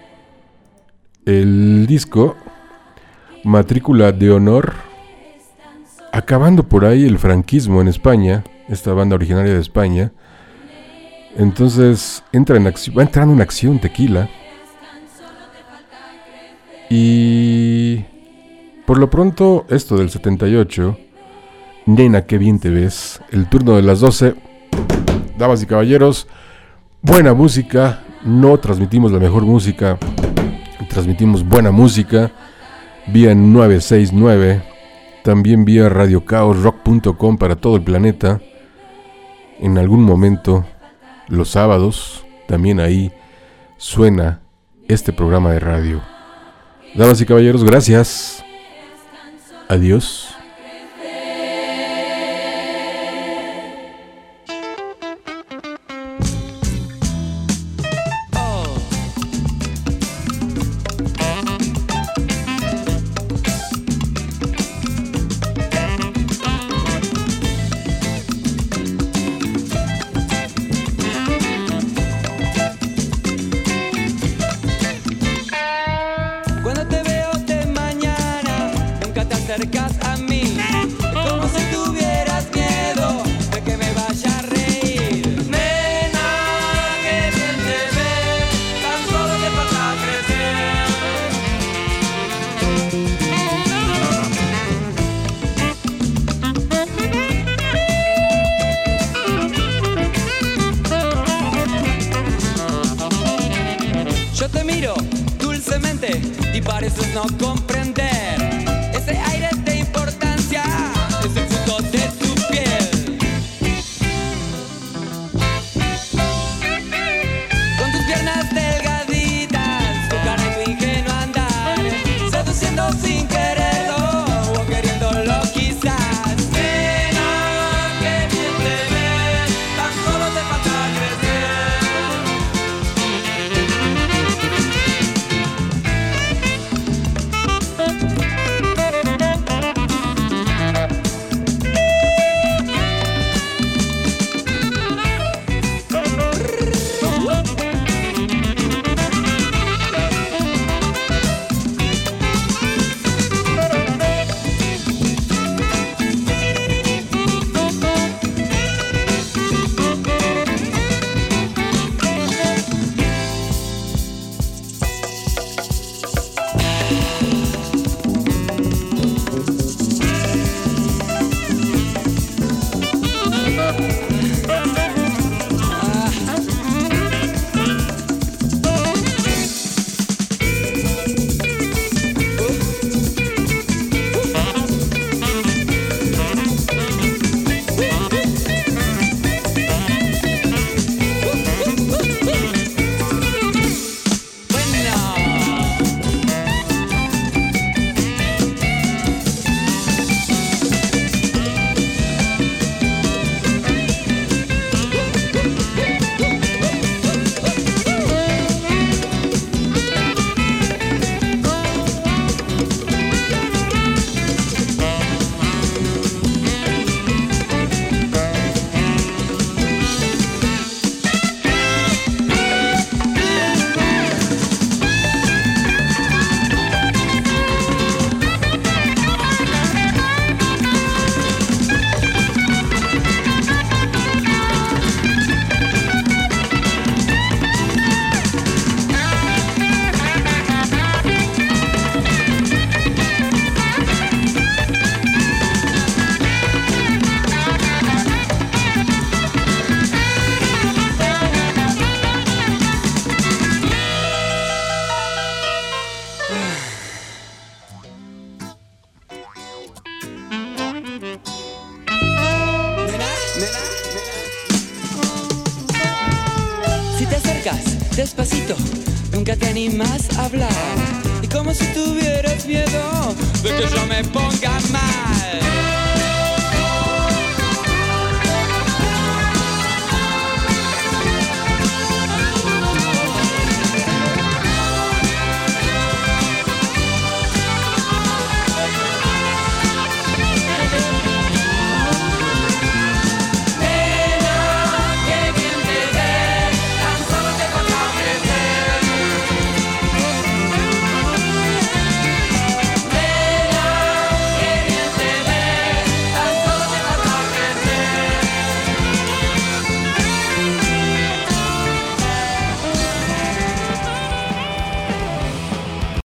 El disco, Matrícula de Honor, acabando por ahí el franquismo en España, esta banda originaria de España. Entonces va entrando en acción Tequila. Y por lo pronto, esto del 78, Nena, qué bien te ves, el turno de las 12. Damas y caballeros, buena música. No transmitimos la mejor música, transmitimos buena música vía 969, también vía radiocaosrock.com para todo el planeta. En algún momento, los sábados, también ahí suena este programa de radio. Damas y caballeros, gracias. Adiós. Cuando te veo de mañana, nunca te acercas a mí. Es como si tuvieras miedo de que me vaya a reír. Nena, que bien te ves, tan solo te falta crecer. Yo te miro dulcemente y pareces no comprender ese aire de importancia, es el fruto de tu piel. Con tus piernas delgaditas, tu cara y tu ingenuo andar, seduciendo sin quererlo o queriéndolo quizás. Nena, que bien te ves, tan solo te falta crecer. despacito, nunca te animas a hablar. Y como si tuvieras miedo de que yo me ponga mal.